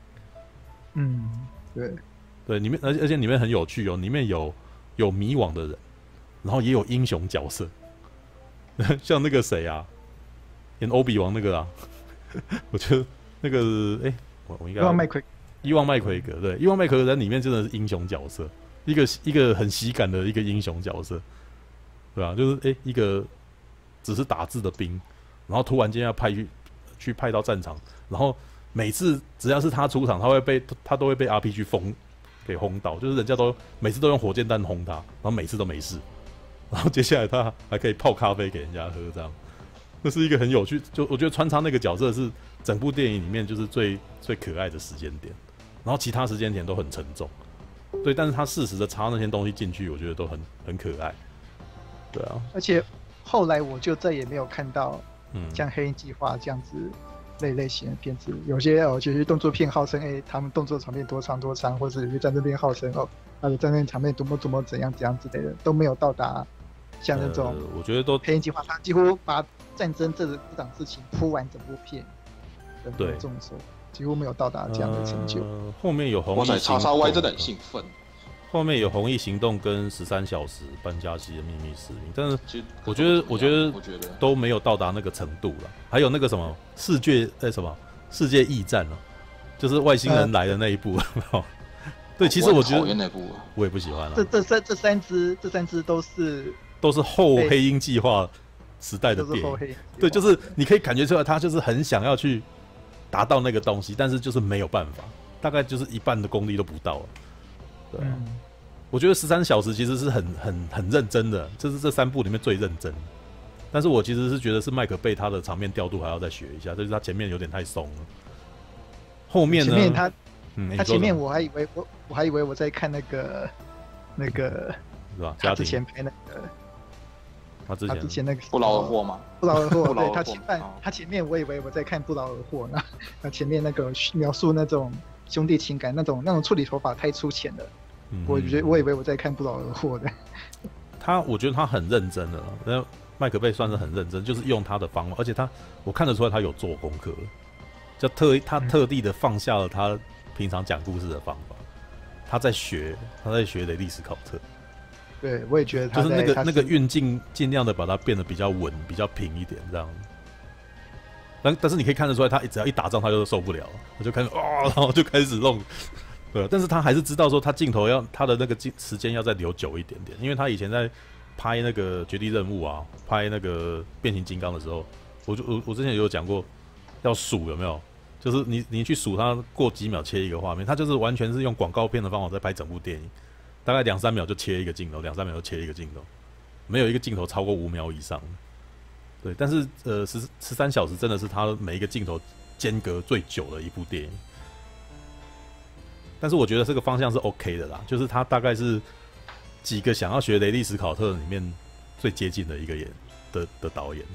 [SPEAKER 2] 对，里面而且里面很有趣哦，里面有迷惘的人，然后也有英雄角色，像那个谁啊，演欧比王那个啊，我觉得那个我应该伊万麦奎格，对，伊万麦奎格在里面真的是英雄角色，一个很喜感的一个英雄角色，对吧？就是一个只是打字的兵，然后突然间要派到战场，然后每次只要是他出场，他都会被 RPG 给轰到，就是人家每次都用火箭弹轰他，然后每次都没事，然后接下来他还可以泡咖啡给人家喝，这样，这是一个很有趣，就我觉得穿插那个角色是整部电影里面就是最可爱的时间点，然后其他时间点都很沉重，对，但是他适时的插那些东西进去，我觉得都很可爱，对啊，
[SPEAKER 1] 而且后来我就再也没有看到像《黑鹰计划》这样子类型的片子，有些动作片号称他们动作场面多长，或者有些战争片号称他的战争场面多么怎样之类的，都没有到达像那种
[SPEAKER 2] 我觉得都
[SPEAKER 1] 黑鹰计划，他几乎把战争这档事情铺完整部片，
[SPEAKER 2] 对，
[SPEAKER 1] 这么说几乎没有到达这样的成就。
[SPEAKER 2] 后面有红翼行动，
[SPEAKER 3] 叉叉 Y 真的很兴奋。
[SPEAKER 2] 后面有红翼行动跟13小时班加西的秘密士兵，但是我觉得都没有到达那个程度了。还有那个什么世界驿站了，就是外星人来的那一部，对，其实我觉得
[SPEAKER 3] 那部
[SPEAKER 2] 我也不喜欢了。
[SPEAKER 1] 这三支都是
[SPEAKER 2] 后黑鹰计划时代的电影，对，就是你可以感觉出来，他就是很想要去达到那个东西，但是就是没有办法，大概就是一半的功力都不到了。对啊，我觉得13小时其实是很认真的，这是这3部里面最认真的。但是我其实是觉得是麦可贝他的场面调度还要再学一下，就是他前面有点太松了。后面呢？
[SPEAKER 1] 前面他前面我还以为我在看那个
[SPEAKER 2] 是吧？
[SPEAKER 1] 他之前拍那个。
[SPEAKER 2] 他之前
[SPEAKER 1] 那个
[SPEAKER 3] 不劳而获吗？
[SPEAKER 1] 不劳而获，对，他前面我以为我在看不劳而获，那前面那个描述那种兄弟情感那种处理手法太粗浅了，我以为我在看不劳而获的。
[SPEAKER 2] 我觉得他很认真的，那麦可贝算是很认真，就是用他的方法，而且我看得出来他有做功课，他特地的放下了他平常讲故事的方法，他在学雷利斯考特。
[SPEAKER 1] 对，我也觉得
[SPEAKER 2] 就是那个运镜尽量的把它变得比较稳、比较平一点这样。但是你可以看得出来，他只要一打仗，他就受不了，他就开始然后就开始弄。对，但是他还是知道说，他镜头他的那个时间要再留久一点点，因为他以前在拍那个绝地任务啊，拍那个变形金刚的时候，我之前也有讲过，要数有没有，就是你去数他过几秒切一个画面，他就是完全是用广告片的方法在拍整部电影。大概2-3秒就切一个镜头，2-3秒就切一个镜头，没有一个镜头超过5秒以上。对，但是13小时真的是他每一个镜头间隔最久的一部电影。但是我觉得这个方向是 OK 的啦，就是他大概是几个想要学雷利史考特里面最接近的一个的导演。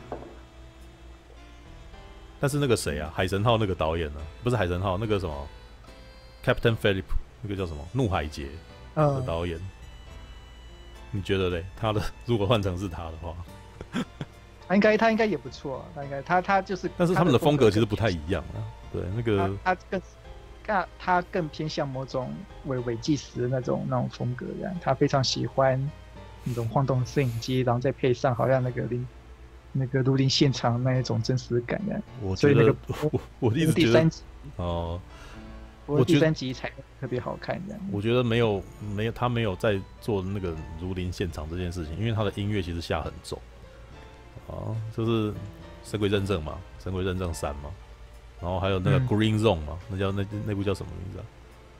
[SPEAKER 2] 但是那个谁啊，海神号那个导演呢？不是海神号，那个什么 Captain Phillip， 那个叫什么怒海劫的导演，你觉得嘞？他的如果换成是他的话，
[SPEAKER 1] 他应该也不错，他就是，
[SPEAKER 2] 但是他们的风格其实不太一样啊。对，那个
[SPEAKER 1] 他更偏向某种伪纪实的那种风格，这样他非常喜欢那种晃动摄影机，然后再配上好像那个录音现场那一种真实感的。
[SPEAKER 2] 所以那个我一直觉得
[SPEAKER 1] 第三集
[SPEAKER 2] 哦，
[SPEAKER 1] 我第三集才特别好看的。
[SPEAKER 2] 我觉得他没有在做那个如临现场这件事情，因为他的音乐其实下很重。就是神鬼认证嘛，神鬼认证3嘛，然后还有那个 Green Zone 嘛，那部叫什么名字啊？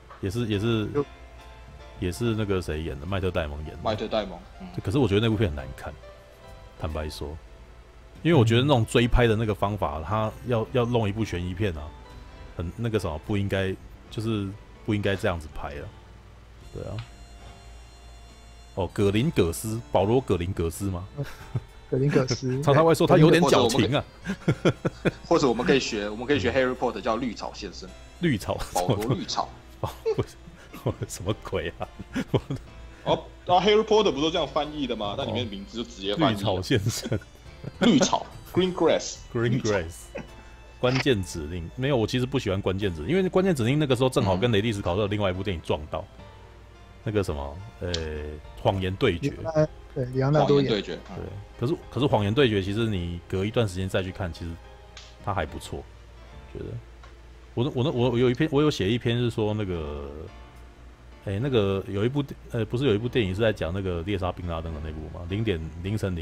[SPEAKER 2] 也是那个谁演的，麦特戴蒙演的。
[SPEAKER 3] 麦特戴蒙。
[SPEAKER 2] 可是我觉得那部片很难看，坦白说，因为我觉得那种追拍的那个方法，他要弄一部悬疑片啊，很那个什么不应该，就是不应该这样子拍啊，对啊。保罗·葛林格斯吗？
[SPEAKER 1] 葛林格斯，
[SPEAKER 2] 常常会说他有点矫情啊。
[SPEAKER 3] 或者我们可以学 Harry Potter 叫绿草先生。
[SPEAKER 2] 绿草，
[SPEAKER 3] 保罗绿草。
[SPEAKER 2] 什么鬼啊？
[SPEAKER 3] Harry Potter 不是这样翻译的吗？那里面名字就直接翻译
[SPEAKER 2] 绿草先生。
[SPEAKER 3] 绿草 Green Grass。
[SPEAKER 2] 关键指令没有，我其实不喜欢关键指令，因为关键指令那个时候正好跟雷利斯考特另外一部电影撞到，那个什么谎言对决。
[SPEAKER 1] 对，里昂纳多演
[SPEAKER 3] 对决。
[SPEAKER 2] 对，可是谎言对决，其实你隔一段时间再去看，其实它还不错，觉得。我有写一篇是说那个，那个有一部不是有一部电影是在讲那个猎杀宾拉登的那部吗？凌晨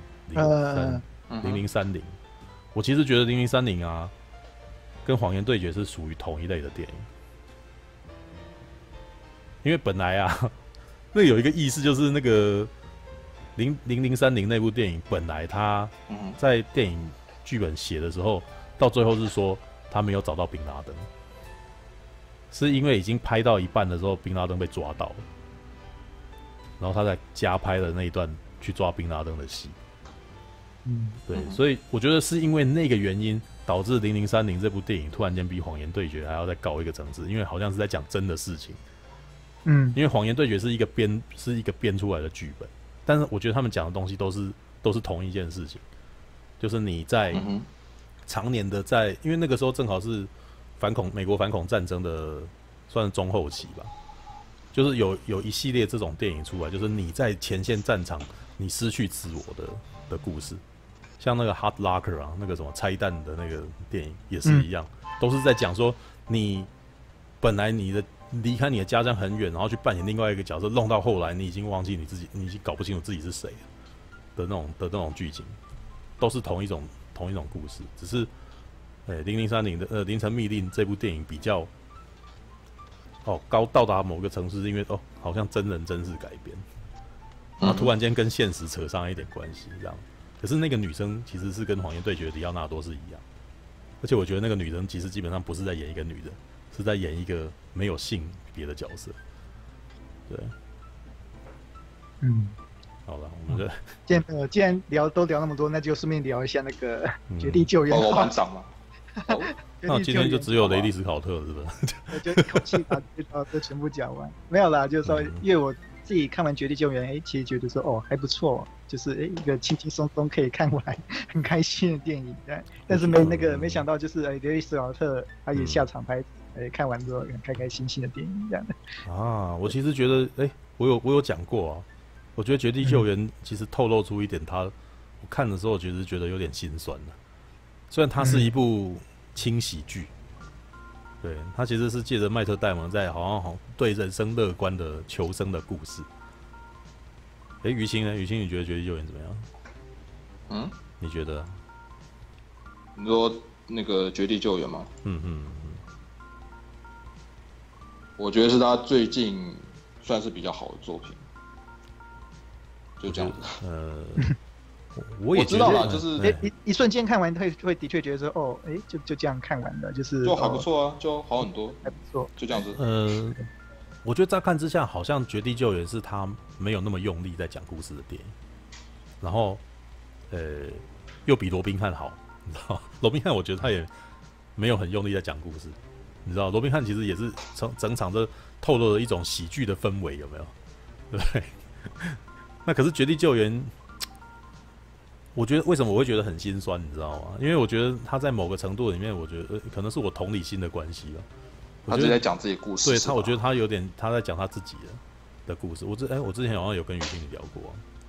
[SPEAKER 2] 0030。我其实觉得0030啊，跟谎言对决是属于同一类的电影，因为本来啊，那有一个意思就是那个0030那部电影本来他在电影剧本写的时候，到最后是说。他没有找到宾拉登，是因为已经拍到一半的时候，宾拉登被抓到了，然后他才加拍了那一段去抓宾拉登的戏。对，所以我觉得是因为那个原因，导致0030这部电影突然间比《谎言对决》还要再高一个层次，因为好像是在讲真的事情。因为《谎言对决》是一个编出来的剧本，但是我觉得他们讲的东西都是同一件事情，就是你在。常年的因为那个时候正好是美国反恐战争的算是中后期吧，就是有一系列这种电影出来，就是你在前线战场你失去自我的故事，像那个 Hot Locker 啊，那个什么拆弹的那个电影也是一样，都是在讲说你本来离开你的家乡很远，然后去扮演另外一个角色，弄到后来你已经忘记你自己，你已经搞不清楚自己是谁的那种剧情，都是同一种故事，只是0030的凌晨密令这部电影比较高到达某个层次，是因为好像真人真事改编，然后突然间跟现实扯上一点关系这样。可是那个女生其实是跟《谎言对决》的里奥纳多是一样，而且我觉得那个女生其实基本上不是在演一个女人，是在演一个没有性别的角色。对，好了，我们就
[SPEAKER 1] 既然都聊那么多，那就顺便聊一下那个绝地救援。
[SPEAKER 3] 班长嘛。
[SPEAKER 2] 那今天就只有雷利斯考特是不是？
[SPEAKER 1] 我就一口气把这全部讲完。没有啦，就是说，因为我自己看完《绝地救援》，其实觉得说还不错，就是一个轻轻松松可以看完很开心的电影。但是没想到就是雷利斯考特他也下场拍，看完之后很开开心心的电影这样的。
[SPEAKER 2] 我其实觉得我有讲过啊，我觉得《绝地救援》其实透露出一点我看的时候觉得有点心酸的。虽然它是一部轻喜剧，对，它其实是借着麦特戴蒙在好像对人生乐观的求生的故事。于青呢？于青，你觉得《绝地救援》怎么样？你觉得？
[SPEAKER 3] 你说那个《绝地救援》吗？我觉得是他最近算是比较好的作品，就这样子。
[SPEAKER 2] 我也
[SPEAKER 3] 知道了，就是
[SPEAKER 1] 一瞬间看完会的确觉得说就这样看完了，就
[SPEAKER 3] 还不错啊，就好很多，
[SPEAKER 1] 还不错，
[SPEAKER 3] 就这样子。
[SPEAKER 2] 我觉得乍看之下，好像《绝地救援》是他没有那么用力在讲故事的电影，然后又比罗宾汉好，你知道？罗宾汉我觉得他也没有很用力在讲故事，你知道？罗宾汉其实也是整场都透露了一种喜剧的氛围，有没有？对不对？那可是《绝地救援》。我觉得为什么我会觉得很心酸，你知道吗？因为我觉得他在某个程度里面，我觉得可能是我同理心的关系吧。
[SPEAKER 3] 他就在讲自己故事，
[SPEAKER 2] 对他，我觉得他有点他在讲他自己的故事。我之前好像有跟雨欣聊过，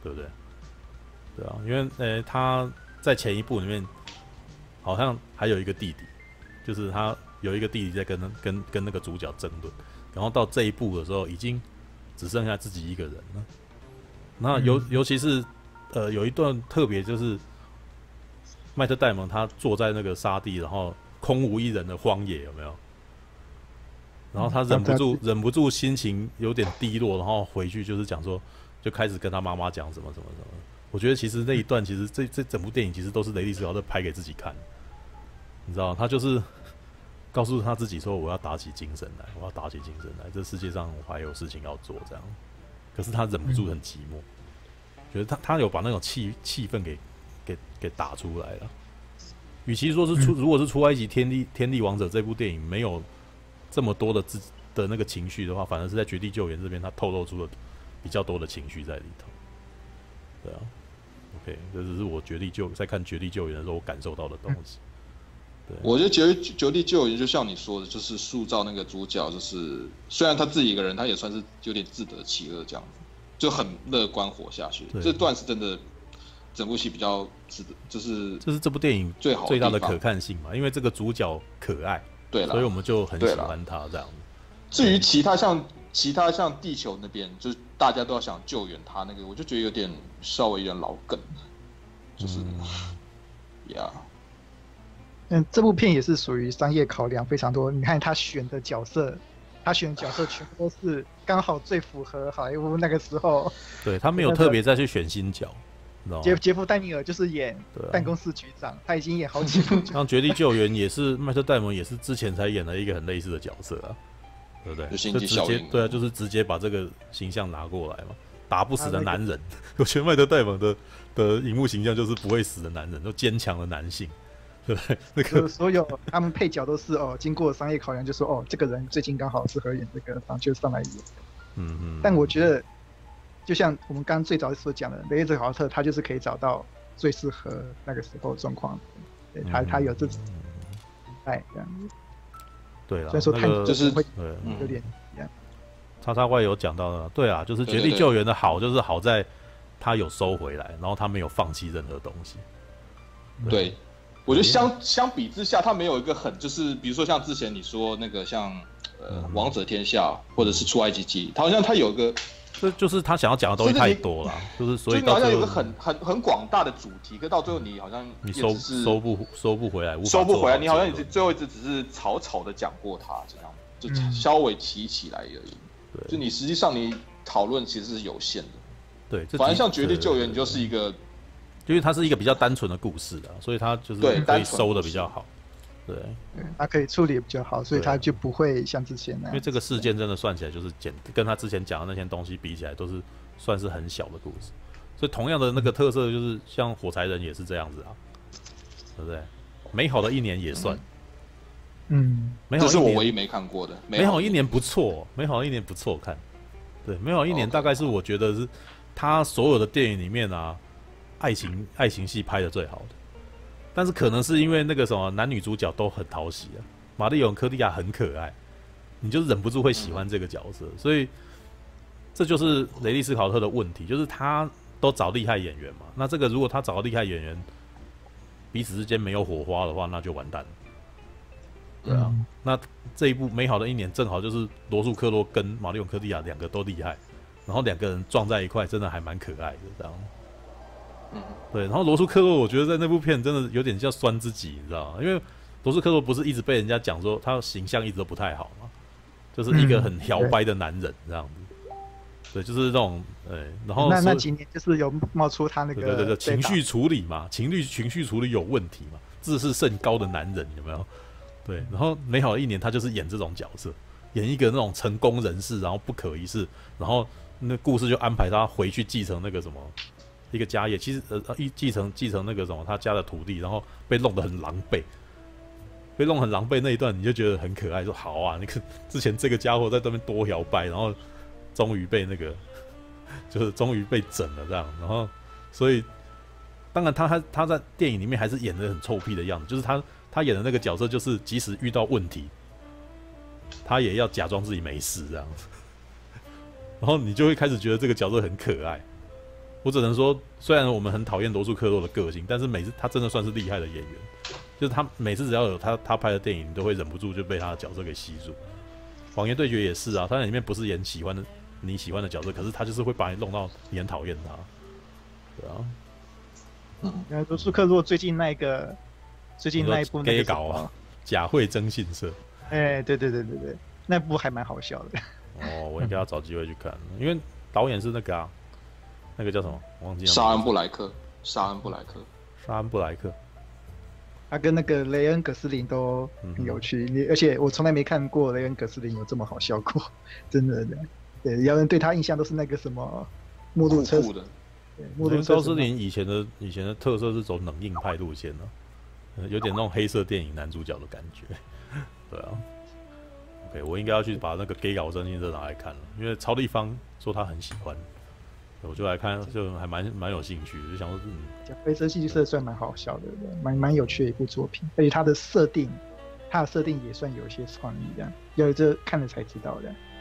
[SPEAKER 2] 对不对？对啊，因为他在前一部里面好像还有一个弟弟，就是他有一个弟弟在跟那个主角争论，然后到这一部的时候已经只剩下自己一个人了。那尤其是有一段特别就是麦特戴蒙他坐在那个沙地，然后空无一人的荒野，有没有？然后他忍不住心情有点低落，然后回去就是讲说，就开始跟他妈妈讲什么什么什么。我觉得其实那一段，其实这整部电影其实都是雷利·斯考特拍给自己看，你知道，他就是告诉他自己说：“我要打起精神来，我要打起精神来，这世界上我还有事情要做。”这样，可是他忍不住很寂寞，觉得他有把那种气氛给打出来了。与其说是如果是出埃及天地王者这部电影没有这么多的那个情绪的话，反而是在绝地救援这边，他透露出了比较多的情绪在里头。对啊。OK， 这只是我在看《绝地救援》的时候我感受到的东西。对，
[SPEAKER 3] 我觉得绝地救援就像你说的，就是塑造那个主角，就是虽然他自己一个人，他也算是有点自得其乐这样子，就很乐观活下去。这段是真的，整部戏比较值得，就是
[SPEAKER 2] 这是这部电影最大的可看性嘛，因为这个主角可爱，
[SPEAKER 3] 对了，
[SPEAKER 2] 所以我们就很喜欢他这样。
[SPEAKER 3] 至于其他像地球那边，就是大家都要想救援他那个，我就觉得稍微有点老梗，就是呀。
[SPEAKER 1] 这部片也是属于商业考量非常多。你看他选的角色全部都是刚好最符合好莱坞那个时候。
[SPEAKER 2] 对，他没有特别再去选新角，你知道吗？
[SPEAKER 1] 杰夫·丹尼尔就是演办公室局长，他已经演好几部。
[SPEAKER 2] 像《绝地救援》也是麦特戴蒙也是之前才演了一个很类似的角色啊，对不对？
[SPEAKER 3] 就直接
[SPEAKER 2] 对啊，就是直接把这个形象拿过来嘛，打不死的男人。我觉得麦特戴蒙的荧幕形象就是不会死的男人，都坚强的男性。对，那个
[SPEAKER 1] 所有他们配角都是经过商业考量，就说这个人最近刚好适合演这个，然后就上来演。但我觉得，就像我们刚刚最早所讲的，雷利·斯考特他就是可以找到最适合那个时候的状况，他有这种爱这样子。
[SPEAKER 2] 对了，
[SPEAKER 1] 所以说他
[SPEAKER 3] 就是
[SPEAKER 1] 会有点一样。
[SPEAKER 2] 叉Y有讲到的，对啊，就是《绝地救援》的好，就是好在他有收回来，然后他没有放弃任何东西。
[SPEAKER 3] 对。我觉得相比之下，他没有一个很就是比如说像之前你说那个像王者天下或者是出埃及记，他好像他有一个，
[SPEAKER 2] 这就是他想要讲的东西太多了，就是所以
[SPEAKER 3] 好像有一个很广大的主题，可到最后你好像
[SPEAKER 2] 你收不回来，
[SPEAKER 3] 收不回来，你好像最后一直只是草草的讲过他这样，就稍微提起来而已。就你实际上你讨论其实是有限的。
[SPEAKER 2] 对，
[SPEAKER 3] 反正像绝地救援，你就是一个。
[SPEAKER 2] 因为它是一个比较单纯的故事的，所以它就是可以收的比较好。对，
[SPEAKER 1] 它可以处理比较好，所以它就不会像之前那样。
[SPEAKER 2] 因为这个事件真的算起来就是跟他之前讲的那些东西比起来，都是算是很小的故事。所以同样的那个特色就是像火柴人也是这样子啊，对不对？美好的一年也算。
[SPEAKER 3] 这是我唯一没看过的。
[SPEAKER 2] 美好一年不错，美好一年不错看。对，美好一年大概是我觉得是他所有的电影里面啊。爱情戏拍的最好的，但是可能是因为那个什么男女主角都很讨喜啊，玛丽永·科蒂亚很可爱，你就忍不住会喜欢这个角色，所以这就是雷利·斯考特的问题，就是他都找厉害演员嘛，那这个如果他找厉害演员，彼此之间没有火花的话，那就完蛋了。对啊，那这一部《美好的一年》正好就是罗素·克洛跟玛丽永·科蒂亚两个都厉害，然后两个人撞在一块，真的还蛮可爱的这样。对，然后罗素克洛，我觉得在那部片真的有点叫酸自己，你知道吗？因为罗素克洛不是一直被人家讲说他形象一直都不太好嘛，就是一个很摇摆的男人这样子。对，就是这种然后
[SPEAKER 1] 那几年就是有冒出他那个
[SPEAKER 2] 对情绪处理嘛，情绪处理有问题嘛，自视甚高的男人有没有？对，然后美好的一年他就是演这种角色，演一个那种成功人士，然后不可一世，然后那故事就安排他回去继承那个什么。一个家业，其实继承那个什么他家的土地，然后被弄得很狼狈，那一段你就觉得很可爱，说好啊，你看之前这个家伙在这边多摇摆，然后终于被就是终于被整了这样，然后所以当然他在电影里面还是演得很臭屁的样子，就是他演的那个角色就是即使遇到问题，他也要假装自己没事这样子，然后你就会开始觉得这个角色很可爱。 我只能说，虽然我们很讨厌罗素克洛的个性，但是每次他真的算是厉害的演员，就是他每次只要有他拍的电影，你都会忍不住就被他的角色给吸住。谎言对决也是啊，他在里面不是演你喜欢的角色，可是他就是会把你弄到你很讨厌他，对啊。
[SPEAKER 1] 罗素克洛最近那一部那个
[SPEAKER 2] 搞啊，假会征信社。
[SPEAKER 1] 对，那部还蛮好笑的。
[SPEAKER 2] 哦，我应该要找机会去看，因为导演是那个那个叫什么？我忘记了。
[SPEAKER 3] 沙恩布莱克。
[SPEAKER 1] 他跟那个雷恩·葛斯林都很有趣，而且我从来没看过雷恩·葛斯林有这么好笑过，真的。对，有人对他印象都是那个什么末路车
[SPEAKER 3] 的。
[SPEAKER 2] 雷恩·葛斯林以前的特色是走冷硬派路线的，有点那种黑色电影男主角的感觉。对啊。OK， 我应该要去把那个《gay 搞征信社》拿来看了，因为曹立芳说他很喜欢。我就来看，就还蛮有兴趣的，就想说，
[SPEAKER 1] 假会征信社算蛮好笑的，蛮有趣的一部作品，而且它的设定也算有一些创意，这样，这看了才知道的。